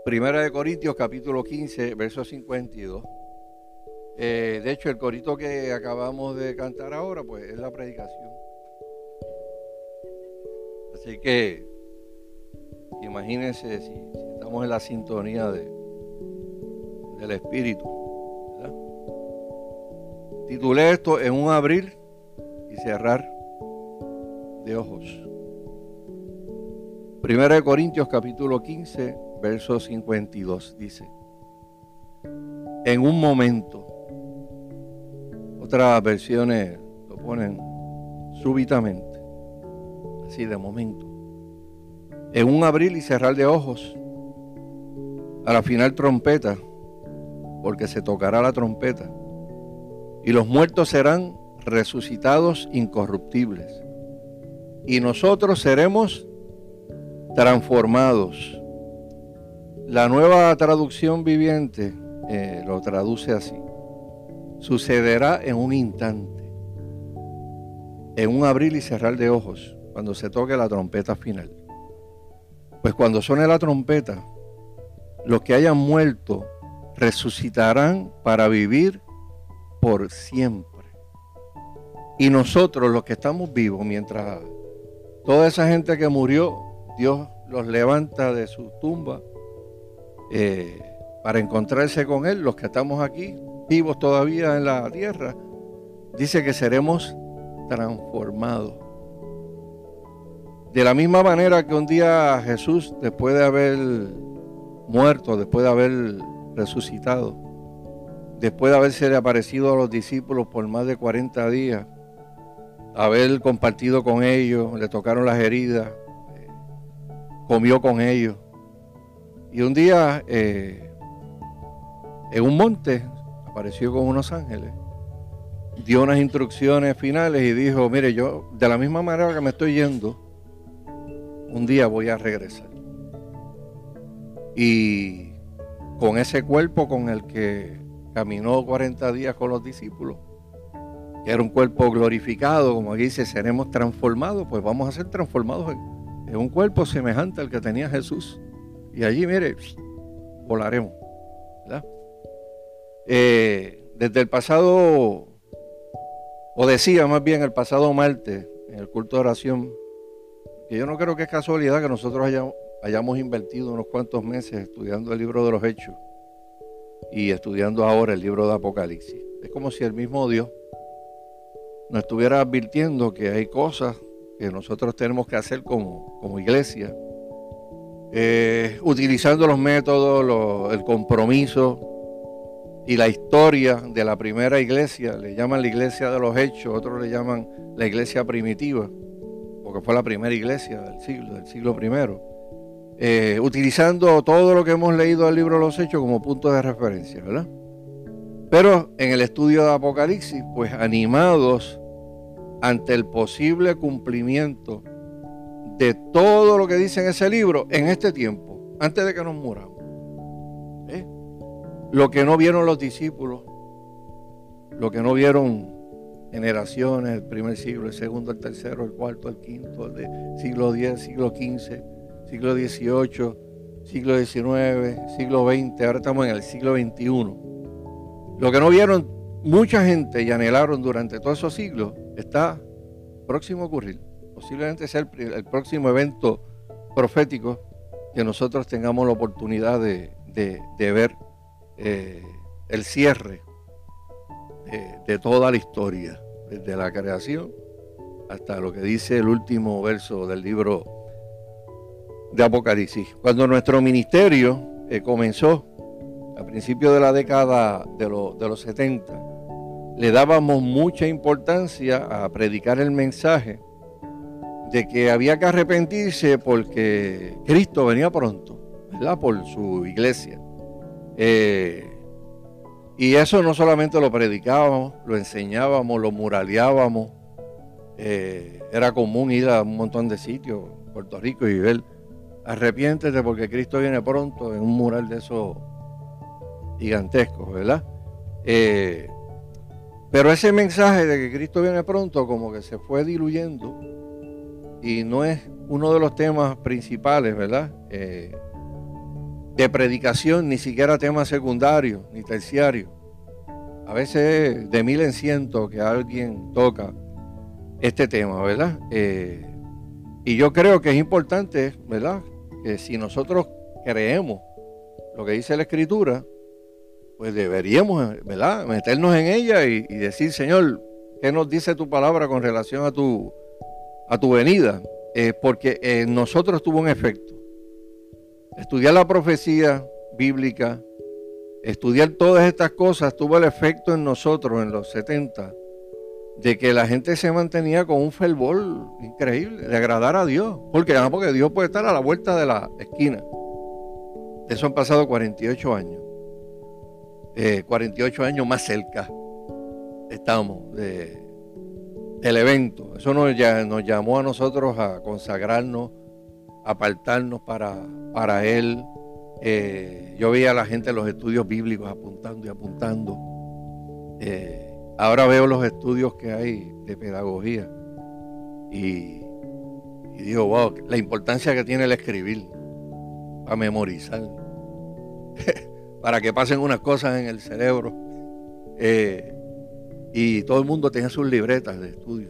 Primera de Corintios, capítulo 15, verso 52. De hecho, el corito que acabamos de cantar ahora, pues es la predicación. Así que imagínense si estamos en la sintonía del Espíritu, ¿verdad? Titulé esto en un abrir y cerrar de ojos. Primera de Corintios, capítulo 15, verso 52, dice: en un momento. Otras versiones lo ponen súbitamente, así de momento. En un abrir y cerrar de ojos, a la final trompeta, porque se tocará la trompeta, y los muertos serán resucitados incorruptibles, y nosotros seremos transformados. La Nueva Traducción Viviente lo traduce así: sucederá en un instante, en un abrir y cerrar de ojos, cuando se toque la trompeta final. Pues cuando suene la trompeta, los que hayan muerto resucitarán para vivir por siempre. Y nosotros, los que estamos vivos, mientras toda esa gente que murió, Dios los levanta de su tumba para encontrarse con Él. Los que estamos aquí, vivos todavía en la tierra, dice que seremos transformados. De la misma manera que un día Jesús, después de haber muerto, después de haber resucitado, después de haberse aparecido a los discípulos por más de 40 días, haber compartido con ellos, le tocaron las heridas, comió con ellos, y un día en un monte apareció con unos ángeles, dio unas instrucciones finales y dijo: mire, yo de la misma manera que me estoy yendo, un día voy a regresar, y con ese cuerpo con el que caminó 40 días con los discípulos, que era un cuerpo glorificado, como aquí dice, seremos transformados, pues vamos a ser transformados en un cuerpo semejante al que tenía Jesús, y allí, mire, volaremos, ¿verdad? Desde el pasado, o decía más bien el pasado martes, en el culto de oración, que yo no creo que es casualidad que nosotros hayamos invertido unos cuantos meses estudiando el libro de los Hechos y estudiando ahora el libro de Apocalipsis. Es como si el mismo Dios nos estuviera advirtiendo que hay cosas que nosotros tenemos que hacer como iglesia, utilizando los métodos, el compromiso y la historia de la primera iglesia. Le llaman la iglesia de los Hechos, otros le llaman la iglesia primitiva, porque fue la primera iglesia del siglo I, utilizando todo lo que hemos leído del libro de los Hechos como punto de referencia, ¿verdad? Pero en el estudio de Apocalipsis, pues animados ante el posible cumplimiento de todo lo que dice en ese libro en este tiempo, antes de que nos muramos. Lo que no vieron los discípulos, lo que no vieron generaciones, el primer siglo, el segundo, el tercero, el cuarto, el quinto, el de siglo X, siglo XV, siglo XVIII, siglo XIX, siglo XX, ahora estamos en el siglo XXI. Lo que no vieron mucha gente y anhelaron durante todos esos siglos está próximo a ocurrir. Posiblemente sea el próximo evento profético que nosotros tengamos la oportunidad de ver el cierre de toda la historia, desde la creación hasta lo que dice el último verso del libro de Apocalipsis. Cuando nuestro ministerio comenzó a principios de la década de los 70, le dábamos mucha importancia a predicar el mensaje de que había que arrepentirse porque Cristo venía pronto, ¿verdad? Por su iglesia. Y eso no solamente lo predicábamos, lo enseñábamos, lo muraleábamos. Era común ir a un montón de sitios, Puerto Rico, y ver: arrepiéntete porque Cristo viene pronto, en un mural de esos gigantescos, ¿verdad? Pero ese mensaje de que Cristo viene pronto como que se fue diluyendo y no es uno de los temas principales, ¿verdad? de predicación, ni siquiera tema secundario ni terciario. A veces de 1000 en 100 que alguien toca este tema, ¿verdad? Y yo creo que es importante, ¿verdad? Que si nosotros creemos lo que dice la Escritura, pues deberíamos, ¿verdad?, meternos en ella y decir, Señor, ¿qué nos dice tu palabra con relación a tu venida? Porque en nosotros tuvo un efecto. Estudiar la profecía bíblica, estudiar todas estas cosas, tuvo el efecto en nosotros en los 70, de que la gente se mantenía con un fervor increíble, de agradar a Dios. Porque Dios puede estar a la vuelta de la esquina. De eso han pasado 48 años. 48 años más cerca estamos del evento. Eso nos llamó a nosotros a consagrarnos, a apartarnos para Él. Yo veía a la gente en los estudios bíblicos apuntando y apuntando. Ahora veo los estudios que hay de pedagogía y digo, wow, la importancia que tiene el escribir, para memorizar, para que pasen unas cosas en el cerebro. Y todo el mundo tenía sus libretas de estudio.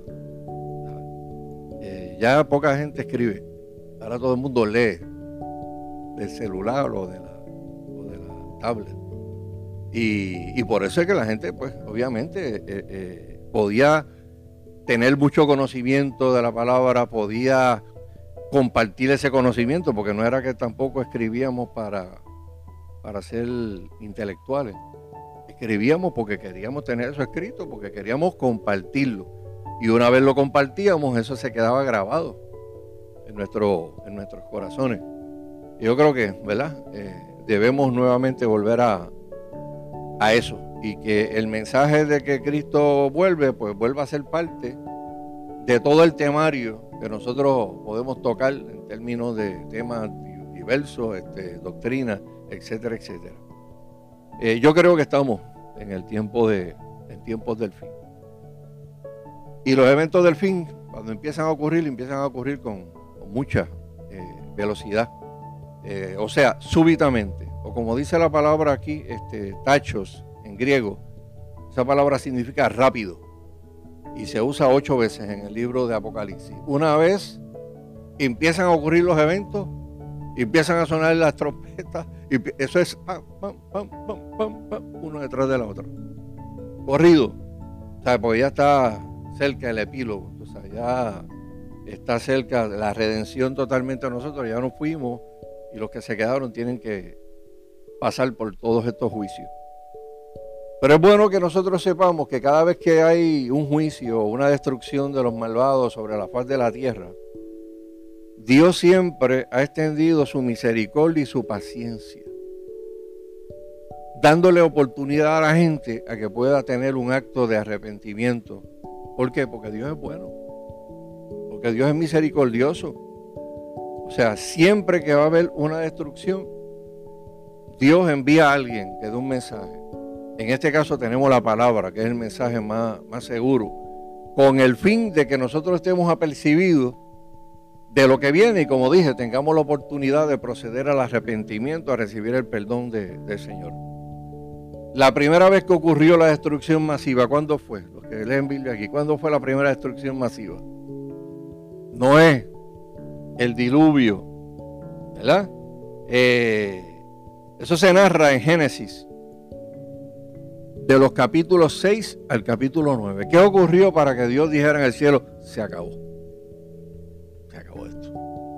Ya poca gente escribe. Ahora todo el mundo lee del celular o de la tablet. Y por eso es que la gente, pues, obviamente, podía tener mucho conocimiento de la palabra, podía compartir ese conocimiento, porque no era que tampoco escribíamos para ser intelectuales. Escribíamos porque queríamos tener eso escrito, porque queríamos compartirlo. Y una vez lo compartíamos, eso se quedaba grabado en nuestros corazones. Yo creo que, ¿verdad? Debemos nuevamente volver a eso, y que el mensaje de que Cristo vuelve, pues vuelva a ser parte de todo el temario que nosotros podemos tocar en términos de temas diversos, doctrina, etcétera, etcétera. Yo creo que estamos en tiempos del fin. Y los eventos del fin, cuando empiezan a ocurrir con mucha velocidad. O sea, súbitamente. O como dice la palabra aquí, tachos en griego, esa palabra significa rápido. Y se usa 8 veces en el libro de Apocalipsis. Una vez empiezan a ocurrir los eventos, empiezan a sonar las trompetas, y eso es pam, pam, pam, pam, pam, pam, uno detrás de la otra. Corrido. O sea, porque ya está cerca el epílogo. O sea, ya está cerca de la redención totalmente de nosotros. Ya nos fuimos y los que se quedaron tienen que pasar por todos estos juicios. Pero es bueno que nosotros sepamos que cada vez que hay un juicio o una destrucción de los malvados sobre la faz de la tierra, Dios siempre ha extendido su misericordia y su paciencia, dándole oportunidad a la gente a que pueda tener un acto de arrepentimiento. ¿Por qué? Porque Dios es bueno, porque Dios es misericordioso. O sea, siempre que va a haber una destrucción, Dios envía a alguien que dé un mensaje. En este caso tenemos la palabra, que es el mensaje más seguro, con el fin de que nosotros estemos apercibidos de lo que viene y, como dije, tengamos la oportunidad de proceder al arrepentimiento, a recibir el perdón del Señor. La primera vez que ocurrió la destrucción masiva, ¿cuándo fue? Los que leen Biblia aquí, ¿cuándo fue la primera destrucción masiva? Noé, el diluvio, ¿verdad? Eso se narra en Génesis, de los capítulos 6 al capítulo 9. ¿Qué ocurrió para que Dios dijera en el cielo, se acabó? Se acabó esto.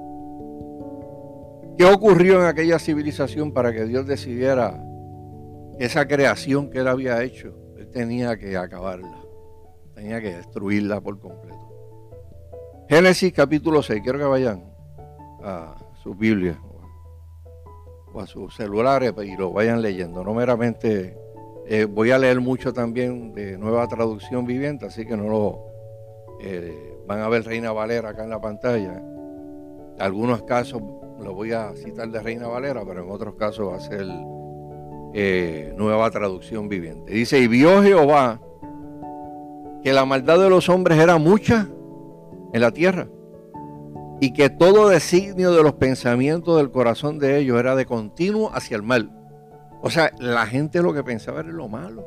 ¿Qué ocurrió en aquella civilización para que Dios decidiera esa creación que Él había hecho? Él tenía que acabarla, tenía que destruirla por completo. Génesis capítulo 6, quiero que vayan a sus Biblias o a sus celulares y lo vayan leyendo, no meramente... voy a leer mucho también de Nueva Traducción Viviente, así que no lo van a ver Reina Valera acá en la pantalla. En algunos casos lo voy a citar de Reina Valera, pero en otros casos va a ser Nueva Traducción Viviente. Dice, y vio Jehová que la maldad de los hombres era mucha en la tierra, y que todo designio de los pensamientos del corazón de ellos era de continuo hacia el mal. O sea, la gente lo que pensaba era lo malo.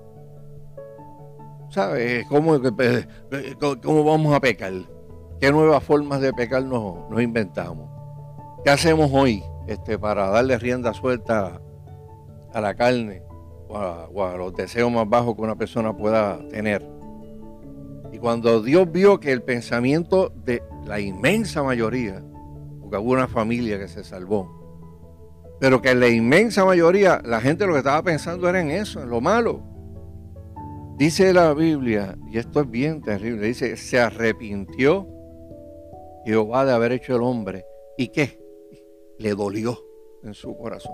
¿Sabes? ¿Cómo vamos a pecar? ¿Qué nuevas formas de pecar nos inventamos? ¿Qué hacemos hoy para darle rienda suelta a la carne o a los deseos más bajos que una persona pueda tener? Y cuando Dios vio que el pensamiento de la inmensa mayoría, porque hubo una familia que se salvó, pero que la inmensa mayoría, la gente lo que estaba pensando era en eso, en lo malo. Dice la Biblia, y esto es bien terrible, dice, se arrepintió Jehová de haber hecho el hombre. ¿Y qué? Le dolió en su corazón.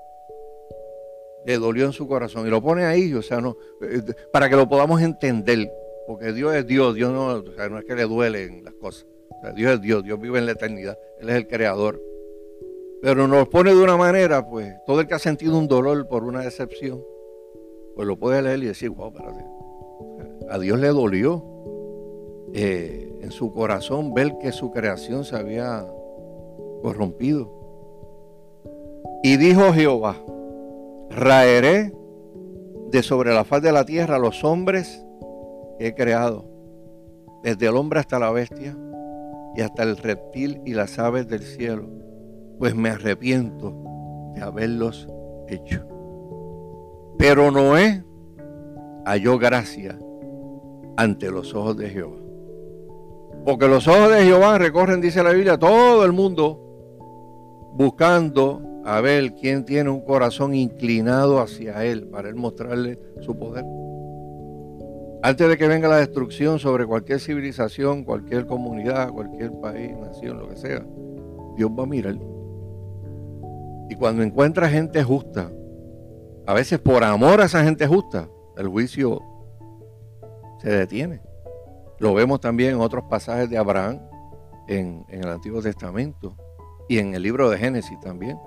Le dolió en su corazón. Y lo pone ahí, o sea, no, para que lo podamos entender. Porque Dios es Dios, Dios no, o sea, no es que le duelen las cosas. O sea, Dios es Dios, Dios vive en la eternidad, Él es el creador. Pero nos pone de una manera, pues, todo el que ha sentido un dolor por una decepción, pues lo puede leer y decir, wow, espérate, a Dios le dolió en su corazón ver que su creación se había corrompido. Y dijo Jehová, raeré de sobre la faz de la tierra a los hombres que he creado, desde el hombre hasta la bestia y hasta el reptil y las aves del cielo, pues me arrepiento de haberlos hecho. Pero Noé halló gracia ante los ojos de Jehová. Porque los ojos de Jehová recorren, dice la Biblia, todo el mundo buscando a ver quién tiene un corazón inclinado hacia Él, para Él mostrarle su poder. Antes de que venga la destrucción sobre cualquier civilización, cualquier comunidad, cualquier país, nación, lo que sea, Dios va a mirar. Y cuando encuentra gente justa, a veces por amor a esa gente justa, el juicio se detiene. Lo vemos también en otros pasajes de Abraham en el Antiguo Testamento y en el libro de Génesis también.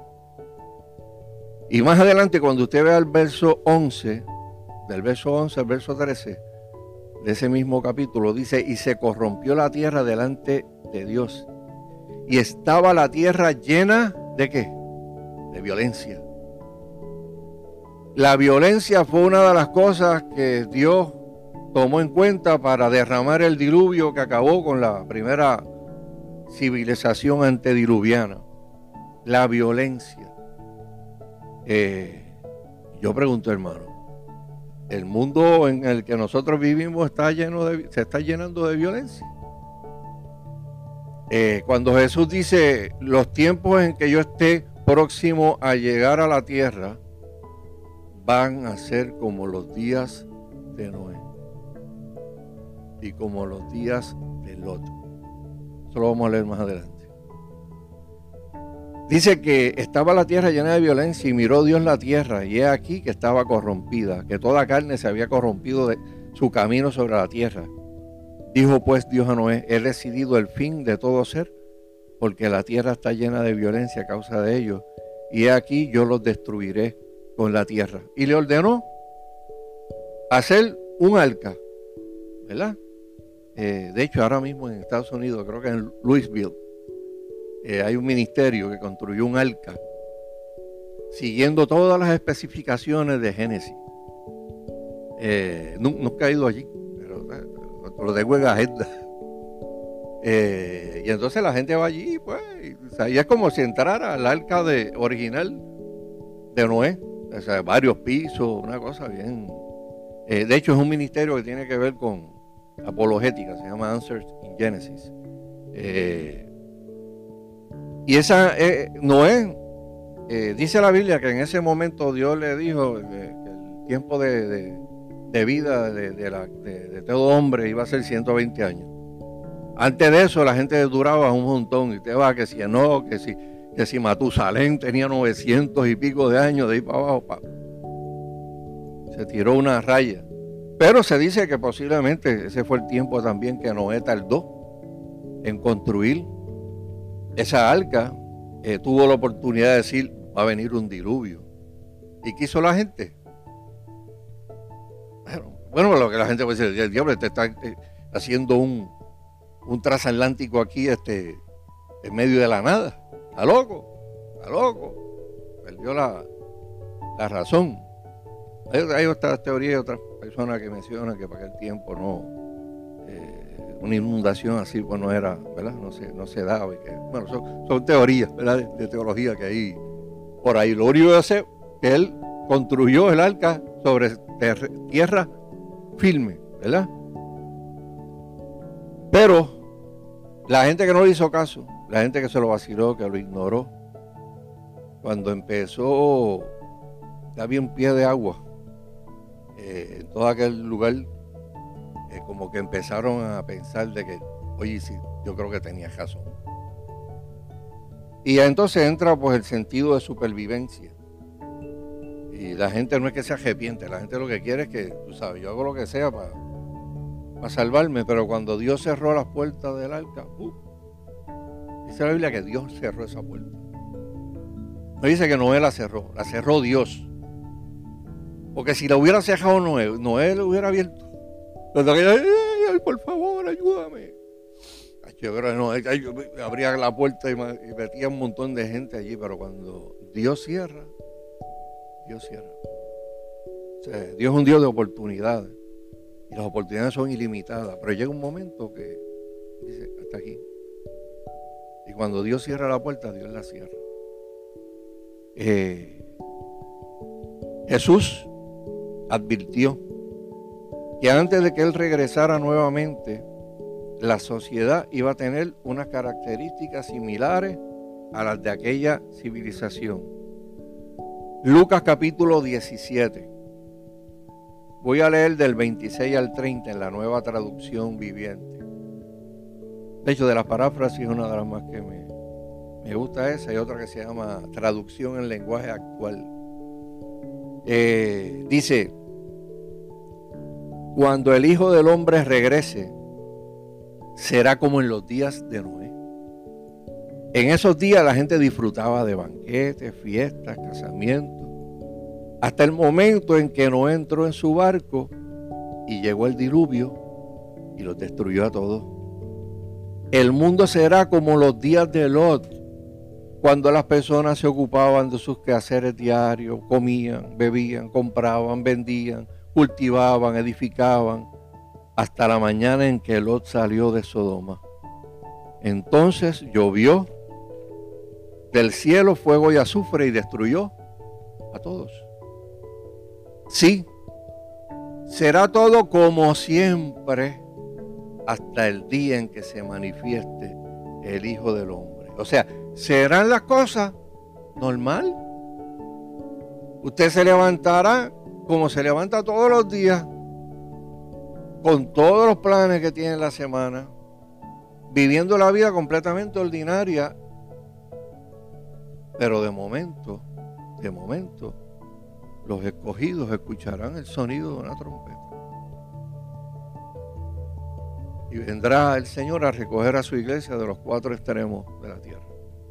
Y más adelante, cuando usted vea el verso 11, del verso 11 al verso 13 de ese mismo capítulo, dice, y se corrompió la tierra delante de Dios, y estaba la tierra llena ¿de qué? De violencia. La violencia fue una de las cosas que Dios tomó en cuenta para derramar el diluvio que acabó con la primera civilización antediluviana. La violencia. Yo pregunto, hermano, ¿el mundo en el que nosotros vivimos se está llenando de violencia? Cuando Jesús dice, los tiempos en que yo esté próximo a llegar a la tierra van a ser como los días de Noé y como los días de Lot. Eso lo vamos a leer más adelante. Dice que estaba la tierra llena de violencia y miró Dios la tierra y he aquí que estaba corrompida, que toda carne se había corrompido de su camino sobre la tierra. Dijo pues Dios a Noé, he decidido el fin de todo ser, porque la tierra está llena de violencia a causa de ellos, y he aquí yo los destruiré con la tierra. Y le ordenó hacer un arca, ¿verdad? De hecho, ahora mismo en Estados Unidos, creo que en Louisville, hay un ministerio que construyó un arca siguiendo todas las especificaciones de Génesis. Nunca he ido allí, pero lo tengo en agenda. Y entonces la gente va allí, pues, y es como si entrara al arca original de Noé, o sea, varios pisos, una cosa bien. De hecho, es un ministerio que tiene que ver con apologética, se llama Answers in Genesis. Y esa Noé, dice la Biblia que en ese momento Dios le dijo que el tiempo de vida de todo hombre iba a ser 120 años. Antes de eso la gente duraba un montón, y te va que si no, que si Matusalén tenía 900 y pico de años, de ahí para abajo, se tiró una raya. Pero se dice que posiblemente ese fue el tiempo también que Noé tardó en construir esa arca. Tuvo la oportunidad de decir, va a venir un diluvio. ¿Y qué hizo la gente? Bueno, lo que la gente puede decir, el diablo te está haciendo un transatlántico aquí en medio de la nada. Está loco, perdió la razón. Hay otras teorías y otras personas que mencionan que para aquel tiempo una inundación así pues no era, ¿verdad? No se daba. Bueno, son teorías, ¿verdad? De teología que hay por ahí. Lo único que sé es que él construyó el arca sobre tierra firme, ¿verdad? Pero la gente que no le hizo caso, la gente que se lo vaciló, que lo ignoró, cuando empezó, había un pie de agua en todo aquel lugar, como que empezaron a pensar de que, oye, sí, yo creo que tenía razón. Y entonces entra pues el sentido de supervivencia. Y la gente no es que se arrepiente, la gente lo que quiere es que, tú sabes, yo hago lo que sea para salvarme, pero cuando Dios cerró las puertas del arca, dice la Biblia que Dios cerró esa puerta. No dice que Noé la cerró Dios. Porque si la hubiera cerrado Noé lo hubiera abierto. Ay, por favor, ayúdame. Yo creo que abría la puerta y metía un montón de gente allí, pero cuando Dios cierra. O sea, Dios es un Dios de oportunidades. Y las oportunidades son ilimitadas. Pero llega un momento que dice, hasta aquí. Y cuando Dios cierra la puerta, Dios la cierra. Jesús advirtió que antes de que Él regresara nuevamente, la sociedad iba a tener unas características similares a las de aquella civilización. Lucas capítulo 17. Voy a leer del 26 al 30 en la Nueva Traducción Viviente. De hecho, de las paráfrasis, una de las más que me gusta esa, y otra que se llama Traducción en Lenguaje Actual. Dice, cuando el Hijo del Hombre regrese, será como en los días de Noé. En esos días la gente disfrutaba de banquetes, fiestas, casamientos, hasta el momento en que Noé entró en su barco y llegó el diluvio y los destruyó a todos. El mundo será como los días de Lot, cuando las personas se ocupaban de sus quehaceres diarios, comían, bebían, compraban, vendían, cultivaban, edificaban, hasta la mañana en que Lot salió de Sodoma. Entonces llovió del cielo fuego y azufre y destruyó a todos. Sí, será todo como siempre hasta el día en que se manifieste el Hijo del Hombre. O sea, serán las cosas normal. Usted se levantará como se levanta todos los días, con todos los planes que tiene en la semana, viviendo la vida completamente ordinaria, pero de momento, los escogidos escucharán el sonido de una trompeta. Y vendrá el Señor a recoger a su iglesia de los cuatro extremos de la tierra.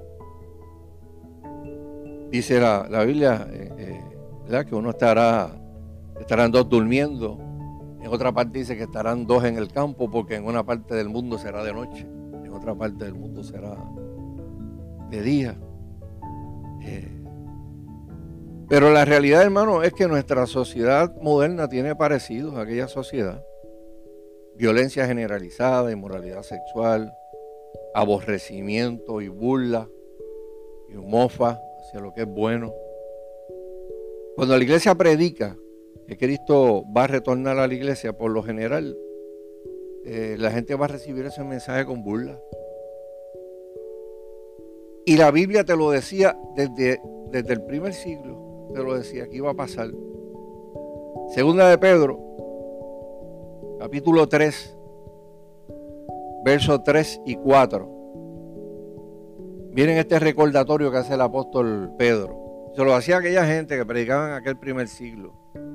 Dice la Biblia, ¿verdad? Que uno estarán dos durmiendo. En otra parte dice que estarán dos en el campo, porque en una parte del mundo será de noche, en otra parte del mundo será de día. Pero la realidad, hermano, es que nuestra sociedad moderna tiene parecidos a aquella sociedad. Violencia generalizada, inmoralidad sexual, aborrecimiento y burla y mofa hacia lo que es bueno. Cuando la iglesia predica que Cristo va a retornar a la iglesia, por lo general, la gente va a recibir ese mensaje con burla. Y la Biblia te lo decía desde el primer siglo, te lo decía que iba a pasar. Segunda de Pedro, capítulo 3, versos 3 y 4. Miren este recordatorio que hace el apóstol Pedro. Se lo hacía aquella gente que predicaba en aquel primer siglo.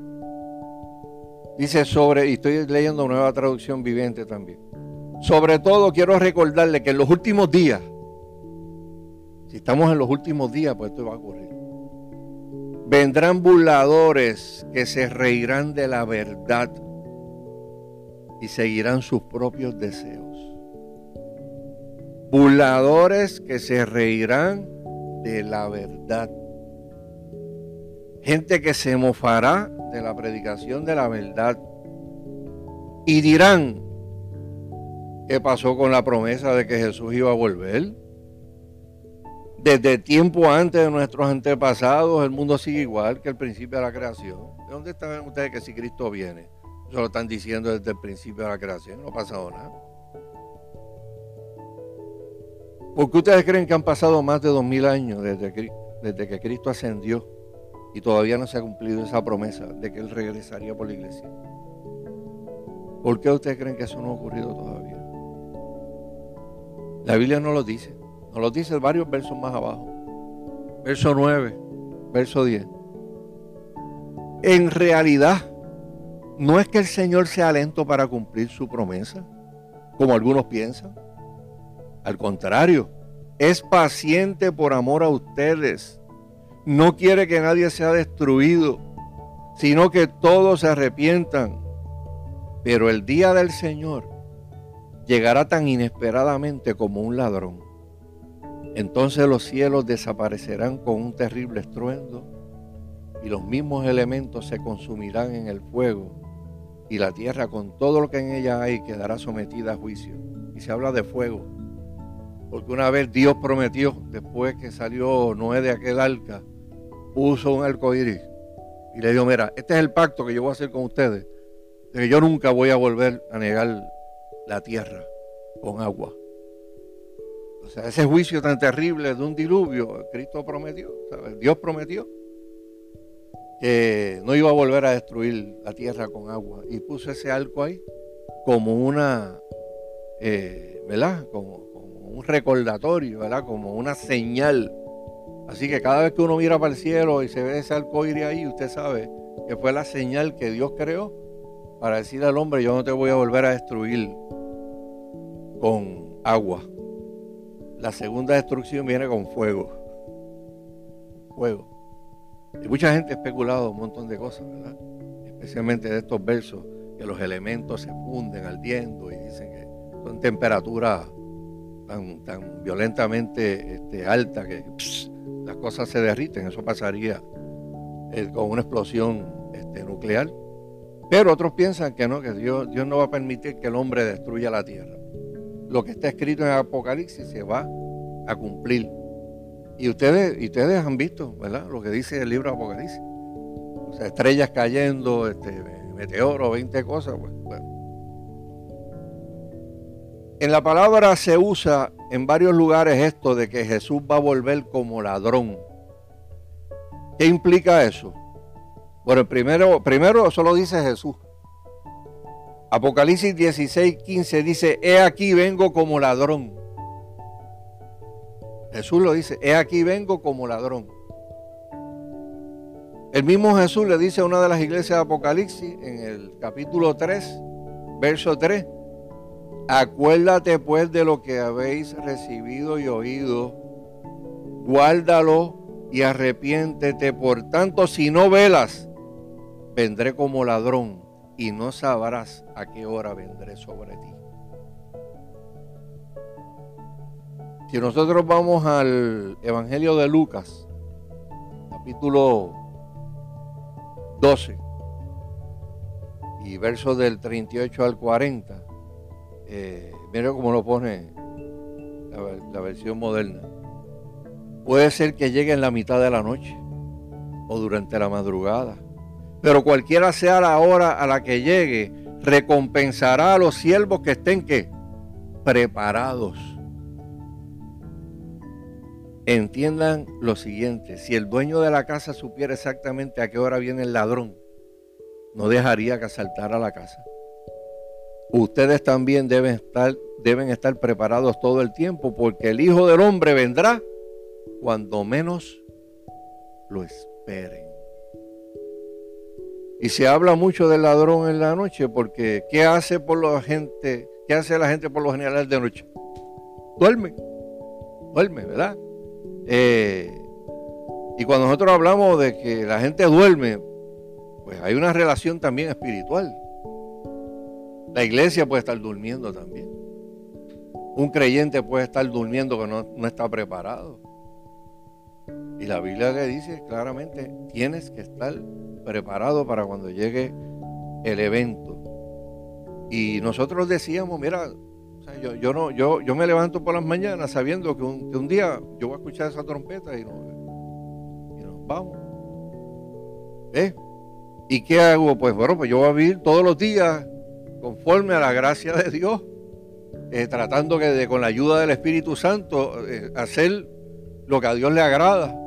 Dice y estoy leyendo Nueva Traducción Viviente también. Sobre todo quiero recordarle que en los últimos días, si estamos en los últimos días, pues esto va a ocurrir. Vendrán burladores que se reirán de la verdad y seguirán sus propios deseos. burladores que se reirán de la verdad, gente que se mofará de la predicación de la verdad y dirán: ¿qué pasó con la promesa de que Jesús iba a volver? Desde tiempo antes de nuestros antepasados, el mundo sigue igual que el principio de la creación. ¿De dónde están ustedes que si Cristo viene? Eso lo están diciendo desde el principio de la creación, no ha pasado nada. ¿Por qué ustedes creen que han pasado más de 2000 años desde que Cristo ascendió y todavía no se ha cumplido esa promesa de que Él regresaría por la iglesia? ¿Por qué ustedes creen que eso no ha ocurrido todavía? La Biblia no lo dice. Nos lo dice varios versos más abajo. Verso 9, verso 10. En realidad, no es que el Señor sea lento para cumplir su promesa, como algunos piensan. Al contrario, es paciente por amor a ustedes. No quiere que nadie sea destruido, sino que todos se arrepientan. Pero el día del Señor llegará tan inesperadamente como un ladrón. Entonces los cielos desaparecerán con un terrible estruendo y los mismos elementos se consumirán en el fuego y la tierra con todo lo que en ella hay quedará sometida a juicio. Y se habla de fuego, porque una vez Dios prometió, después que salió Noé de aquel arca, puso un arcoíris y le dijo: mira, este es el pacto que yo voy a hacer con ustedes, de que yo nunca voy a volver a negar la tierra con agua. O sea, ese juicio tan terrible de un diluvio, Cristo prometió, ¿sabes? Dios prometió que no iba a volver a destruir la tierra con agua y puso ese arco ahí como una, ¿verdad? Como un recordatorio, ¿verdad? Como una señal. Así que cada vez que uno mira para el cielo y se ve ese arcoíris ahí, usted sabe que fue la señal que Dios creó para decirle al hombre: yo no te voy a volver a destruir con agua. La segunda destrucción viene con fuego. Fuego. Y mucha gente ha especulado un montón de cosas, ¿verdad? Especialmente de estos versos, que los elementos se funden ardiendo y dicen que son temperaturas tan violentamente altas que las cosas se derriten. Eso pasaría con una explosión nuclear. Pero otros piensan que no, que Dios no va a permitir que el hombre destruya la tierra. Lo que está escrito en Apocalipsis se va a cumplir. Y ustedes han visto, ¿verdad?, lo que dice el libro de Apocalipsis. O sea, estrellas cayendo, meteoros, 20 cosas. Pues, bueno. En la palabra se usa en varios lugares esto de que Jesús va a volver como ladrón. ¿Qué implica eso? Bueno, primero eso lo dice Jesús. Apocalipsis 16:15 dice: he aquí vengo como ladrón. Jesús lo dice: he aquí vengo como ladrón. El mismo Jesús le dice a una de las iglesias de Apocalipsis, en el capítulo 3, verso 3: acuérdate pues de lo que habéis recibido y oído, guárdalo y arrepiéntete. Por tanto, si no velas, vendré como ladrón y no sabrás a qué hora vendré sobre ti. Si nosotros vamos al Evangelio de Lucas, capítulo 12, y versos del 38 al 40, mira cómo lo pone la versión moderna. Puede ser que llegue en la mitad de la noche o durante la madrugada, pero cualquiera sea la hora a la que llegue, recompensará a los siervos que estén, ¿qué?, preparados. Entiendan lo siguiente: si el dueño de la casa supiera exactamente a qué hora viene el ladrón, no dejaría que asaltara la casa. Ustedes también deben estar preparados todo el tiempo, porque el Hijo del Hombre vendrá cuando menos lo esperen. Y se habla mucho del ladrón en la noche, porque ¿qué hace la gente por lo general de noche? Duerme, ¿verdad? Y cuando nosotros hablamos de que la gente duerme, pues hay una relación también espiritual. La iglesia puede estar durmiendo también. Un creyente puede estar durmiendo que no está preparado. Y la Biblia le dice claramente, tienes que estar preparado para cuando llegue el evento. Y nosotros decíamos, mira, o sea, yo me levanto por las mañanas sabiendo que un día yo voy a escuchar esa trompeta y nos vamos. ¿Y qué hago? Pues bueno, pues yo voy a vivir todos los días conforme a la gracia de Dios, tratando con la ayuda del Espíritu Santo hacer lo que a Dios le agrada.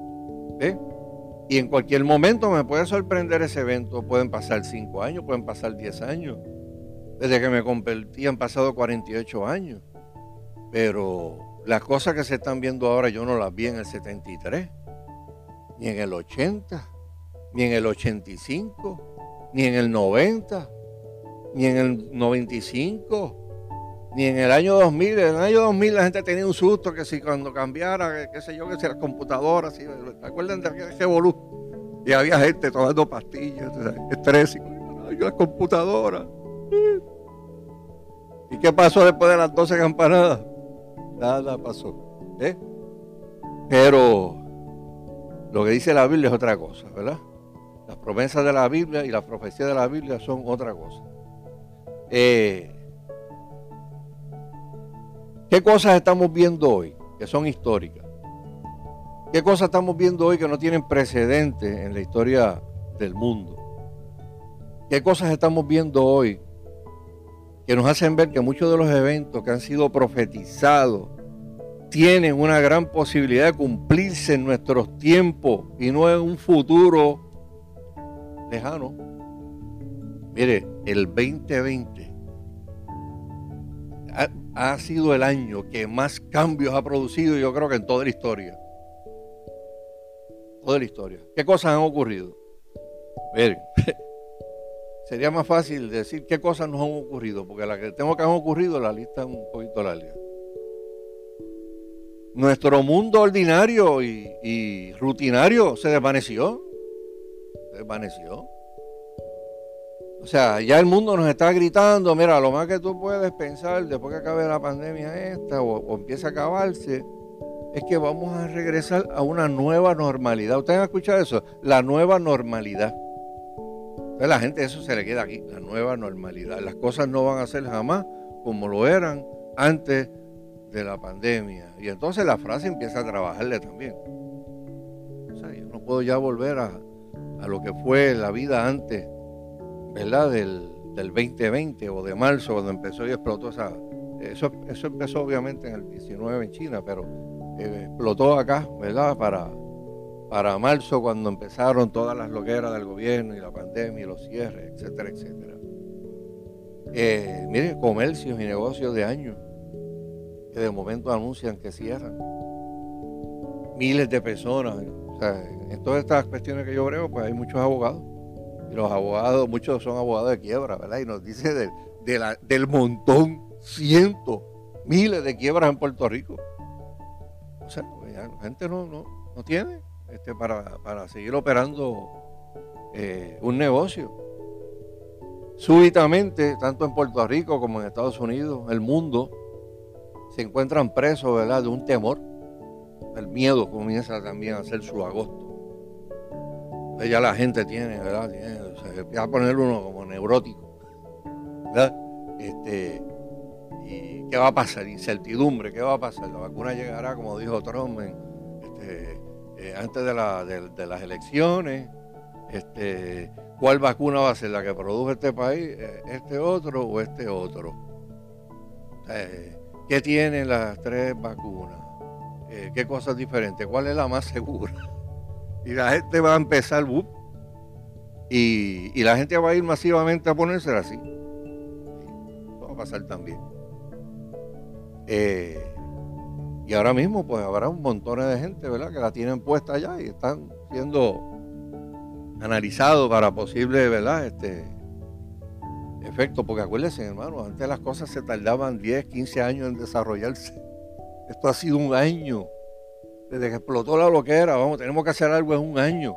Y en cualquier momento me puede sorprender ese evento. Pueden pasar 5 años, pueden pasar 10 años. Desde que me convertí han pasado 48 años. Pero las cosas que se están viendo ahora yo no las vi en el 73, ni en el 80, ni en el 85, ni en el 90, ni en el 95, ni en el año 2000. En el año 2000 la gente tenía un susto que si cuando cambiara, qué sé yo, que si las computadoras, ¿sí? ¿Se acuerdan de aquel revolú? Y había gente tomando pastillas, estrés, y las computadoras. ¿Y qué pasó después de las 12 campanadas? Nada pasó. Pero lo que dice la Biblia es otra cosa, ¿verdad? Las promesas de la Biblia y las profecías de la Biblia son otra cosa. ¿Qué cosas estamos viendo hoy que son históricas? ¿Qué cosas estamos viendo hoy que no tienen precedente en la historia del mundo? ¿Qué cosas estamos viendo hoy que nos hacen ver que muchos de los eventos que han sido profetizados tienen una gran posibilidad de cumplirse en nuestros tiempos y no en un futuro lejano? Mire, el 2020 ha sido el año que más cambios ha producido, yo creo que en toda la historia. Toda la historia. ¿Qué cosas han ocurrido? Miren, sería más fácil decir qué cosas nos han ocurrido, porque las que tengo que han ocurrido, la lista es un poquito larga. Nuestro mundo ordinario y rutinario se desvaneció. Se desvaneció. O sea, ya el mundo nos está gritando, mira, lo más que tú puedes pensar después que acabe la pandemia esta o empiece a acabarse, es que vamos a regresar a una nueva normalidad. ¿Ustedes han escuchado eso? La nueva normalidad. Entonces la gente eso se le queda aquí, la nueva normalidad. Las cosas no van a ser jamás como lo eran antes de la pandemia. Y entonces la frase empieza a trabajarle también. O sea, yo no puedo ya volver a lo que fue la vida antes, ¿verdad? Del 2020 o de marzo, cuando empezó y explotó eso empezó obviamente en el 19 en China, pero explotó acá, ¿verdad? Para marzo, cuando empezaron todas las loqueras del gobierno y la pandemia y los cierres, etcétera, etcétera. Miren, comercios y negocios de años que de momento anuncian que cierran. Miles de personas. O sea, en todas estas cuestiones que yo veo, pues hay muchos abogados. Y los abogados, muchos son abogados de quiebra, ¿verdad? Y nos dice del montón, cientos, miles de quiebras en Puerto Rico. O sea, ya la gente no tiene para seguir operando un negocio. Súbitamente, tanto en Puerto Rico como en Estados Unidos, el mundo, se encuentran presos, ¿verdad?, de un temor. El miedo comienza también a hacer su agosto. Entonces ya la gente tiene, ¿verdad? O sea, empieza a poner uno como neurótico, ¿verdad? ¿Y qué va a pasar? Incertidumbre, ¿qué va a pasar? La vacuna llegará, como dijo Trump, antes de las elecciones. ¿Cuál vacuna va a ser? ¿La que produjo este país, este otro o este otro? ¿Qué tienen las 3 vacunas? ¿Qué cosas diferentes? ¿Cuál es la más segura? Y la gente va a empezar, y la gente va a ir masivamente a ponérsela así. Eso va a pasar también. Y ahora mismo, pues habrá un montón de gente, ¿verdad?, que la tienen puesta allá y están siendo analizados para posible, ¿verdad?, efecto. Porque acuérdense, hermano, antes las cosas se tardaban 10, 15 años en desarrollarse. Esto ha sido un año. Desde que explotó la loquera, tenemos que hacer algo en un año.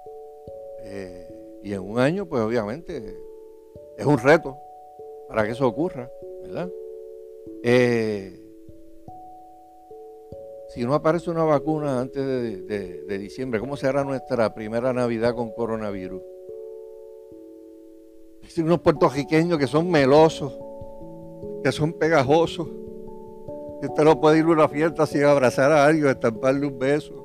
Y en un año, pues obviamente, es un reto para que eso ocurra, ¿verdad? Si no aparece una vacuna antes de diciembre, ¿cómo será nuestra primera Navidad con coronavirus? Hay unos puertorriqueños que son melosos, que son pegajosos, que usted no puede ir a una fiesta sin abrazar a alguien, estamparle un beso.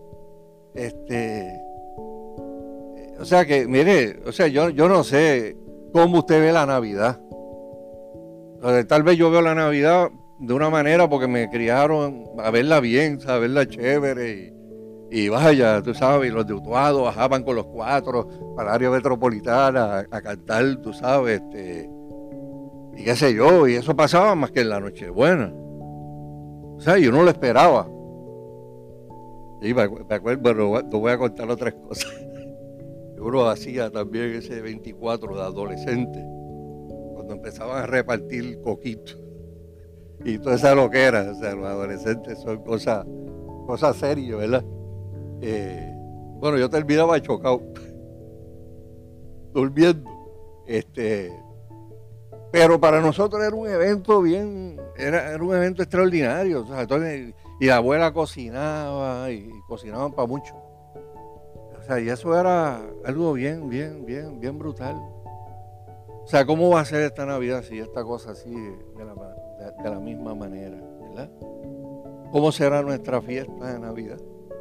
O sea que, mire, o sea, yo no sé cómo usted ve la Navidad. Tal vez yo veo la Navidad de una manera porque me criaron a verla bien, a verla chévere y vaya, tú sabes, los de Utuado bajaban con los 4 para el área metropolitana a cantar, tú sabes, y qué sé yo, y eso pasaba más que en la Nochebuena. O sea, yo no lo esperaba. Y me acuerdo, bueno, te voy a contar otras cosas. Uno hacía también ese 24 de adolescente, cuando empezaban a repartir coquitos y toda esa loquera. O sea, los adolescentes son cosas serias, ¿verdad? Bueno, yo terminaba chocado, durmiendo. Pero para nosotros era un evento era un evento extraordinario. O sea, entonces, y la abuela cocinaba y cocinaban para mucho. O sea, y eso era algo bien brutal. O sea, ¿cómo va a ser esta Navidad si esta cosa sigue de la misma manera, ¿verdad? ¿Cómo será nuestra fiesta de Navidad?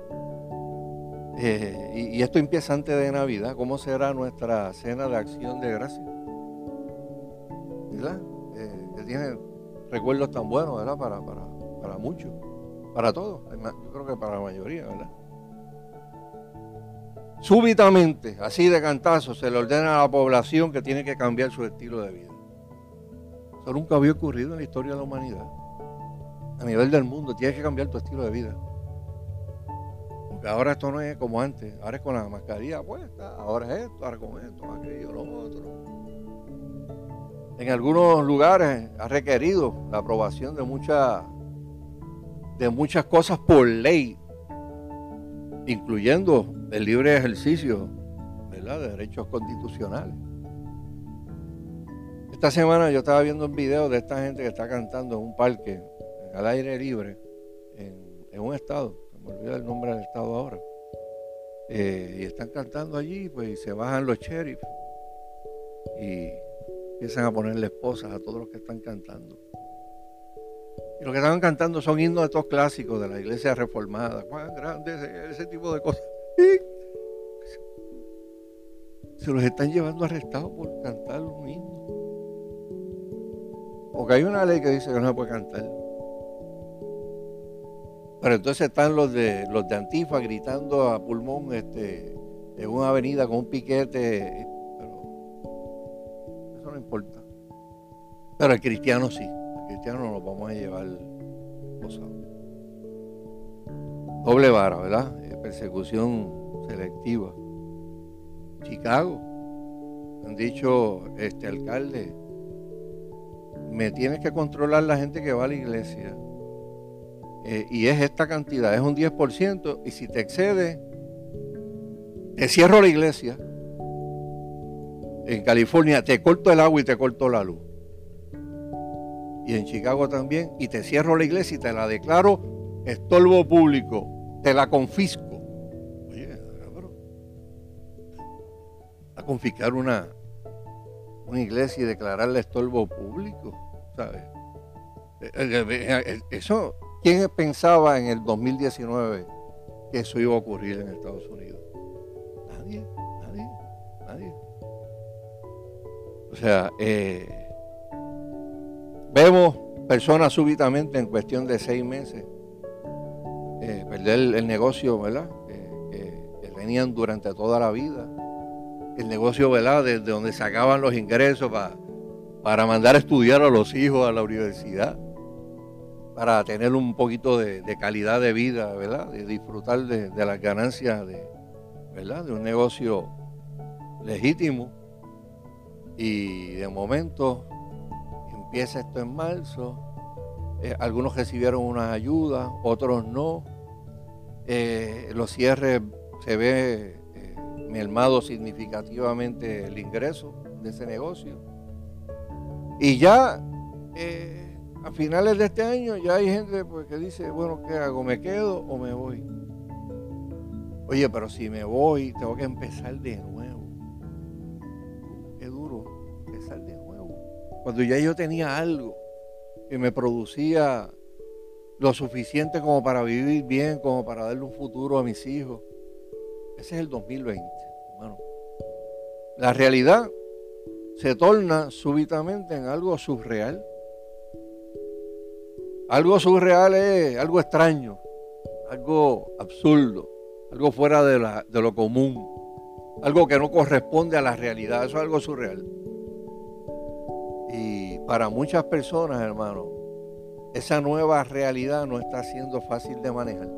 Y esto empieza antes de Navidad. ¿Cómo será nuestra cena de acción de gracias? ¿Verdad? Que tiene recuerdos tan buenos, ¿verdad? Para muchos, para todos. Yo creo que para la mayoría, ¿verdad? Súbitamente, así de cantazo, se le ordena a la población que tiene que cambiar su estilo de vida. Eso nunca había ocurrido en la historia de la humanidad. A nivel del mundo, tienes que cambiar tu estilo de vida. Porque ahora esto no es como antes. Ahora es con la mascarilla puesta, ahora es esto, ahora con esto, aquello, lo otro. En algunos lugares ha requerido la aprobación de muchas cosas por ley, incluyendo el libre ejercicio, ¿verdad?, de derechos constitucionales. Esta semana yo estaba viendo un video de esta gente que está cantando en un parque al aire libre en un estado, me olvidé el nombre del estado ahora, y están cantando allí, pues, y se bajan los sheriffs y empiezan a ponerle esposas a todos los que están cantando. Y lo que estaban cantando son himnos de estos clásicos de la iglesia reformada. Cuán grande es ese tipo de cosas. Y se los están llevando arrestados por cantar un himno. Porque hay una ley que dice que no se puede cantar. Pero entonces están los de Antifa gritando a pulmón en una avenida con un piquete. Pero eso no importa. Pero el cristiano sí. Cristianos nos vamos a llevar posados. Doble vara, ¿verdad? Persecución selectiva. Chicago, han dicho, alcalde, me tienes que controlar la gente que va a la iglesia. Y es esta cantidad, es un 10%, y si te excede, te cierro la iglesia. En California te corto el agua y te corto la luz. Y en Chicago también, y te cierro la iglesia y te la declaro estorbo público, te la confisco. Oye, bro, a confiscar una iglesia y declararla estorbo público, ¿sabes? Eso, ¿quién pensaba en el 2019 que eso iba a ocurrir en Estados Unidos? Nadie. O sea, vemos personas súbitamente en cuestión de 6 meses perder el negocio, ¿verdad? Que tenían durante toda la vida. El negocio, ¿verdad?, desde donde sacaban los ingresos para mandar a estudiar a los hijos a la universidad, para tener un poquito de calidad de vida, ¿verdad?, de disfrutar de las ganancias ¿verdad?, de un negocio legítimo. Y de momento empieza esto en marzo, algunos recibieron unas ayudas, otros no, los cierres se ve mermado significativamente el ingreso de ese negocio, y ya a finales de este año ya hay gente pues, que dice, bueno, ¿qué hago? ¿Me quedo o me voy? Oye, pero si me voy, tengo que empezar de nuevo. Qué duro, empezar de nuevo. Cuando ya yo tenía algo que me producía lo suficiente como para vivir bien, como para darle un futuro a mis hijos. Ese es el 2020, hermano. La realidad se torna súbitamente en algo surreal. Algo surreal es algo extraño, algo absurdo, algo fuera de lo común, algo que no corresponde a la realidad. Eso es algo surreal. Y para muchas personas, hermano, esa nueva realidad no está siendo fácil de manejar.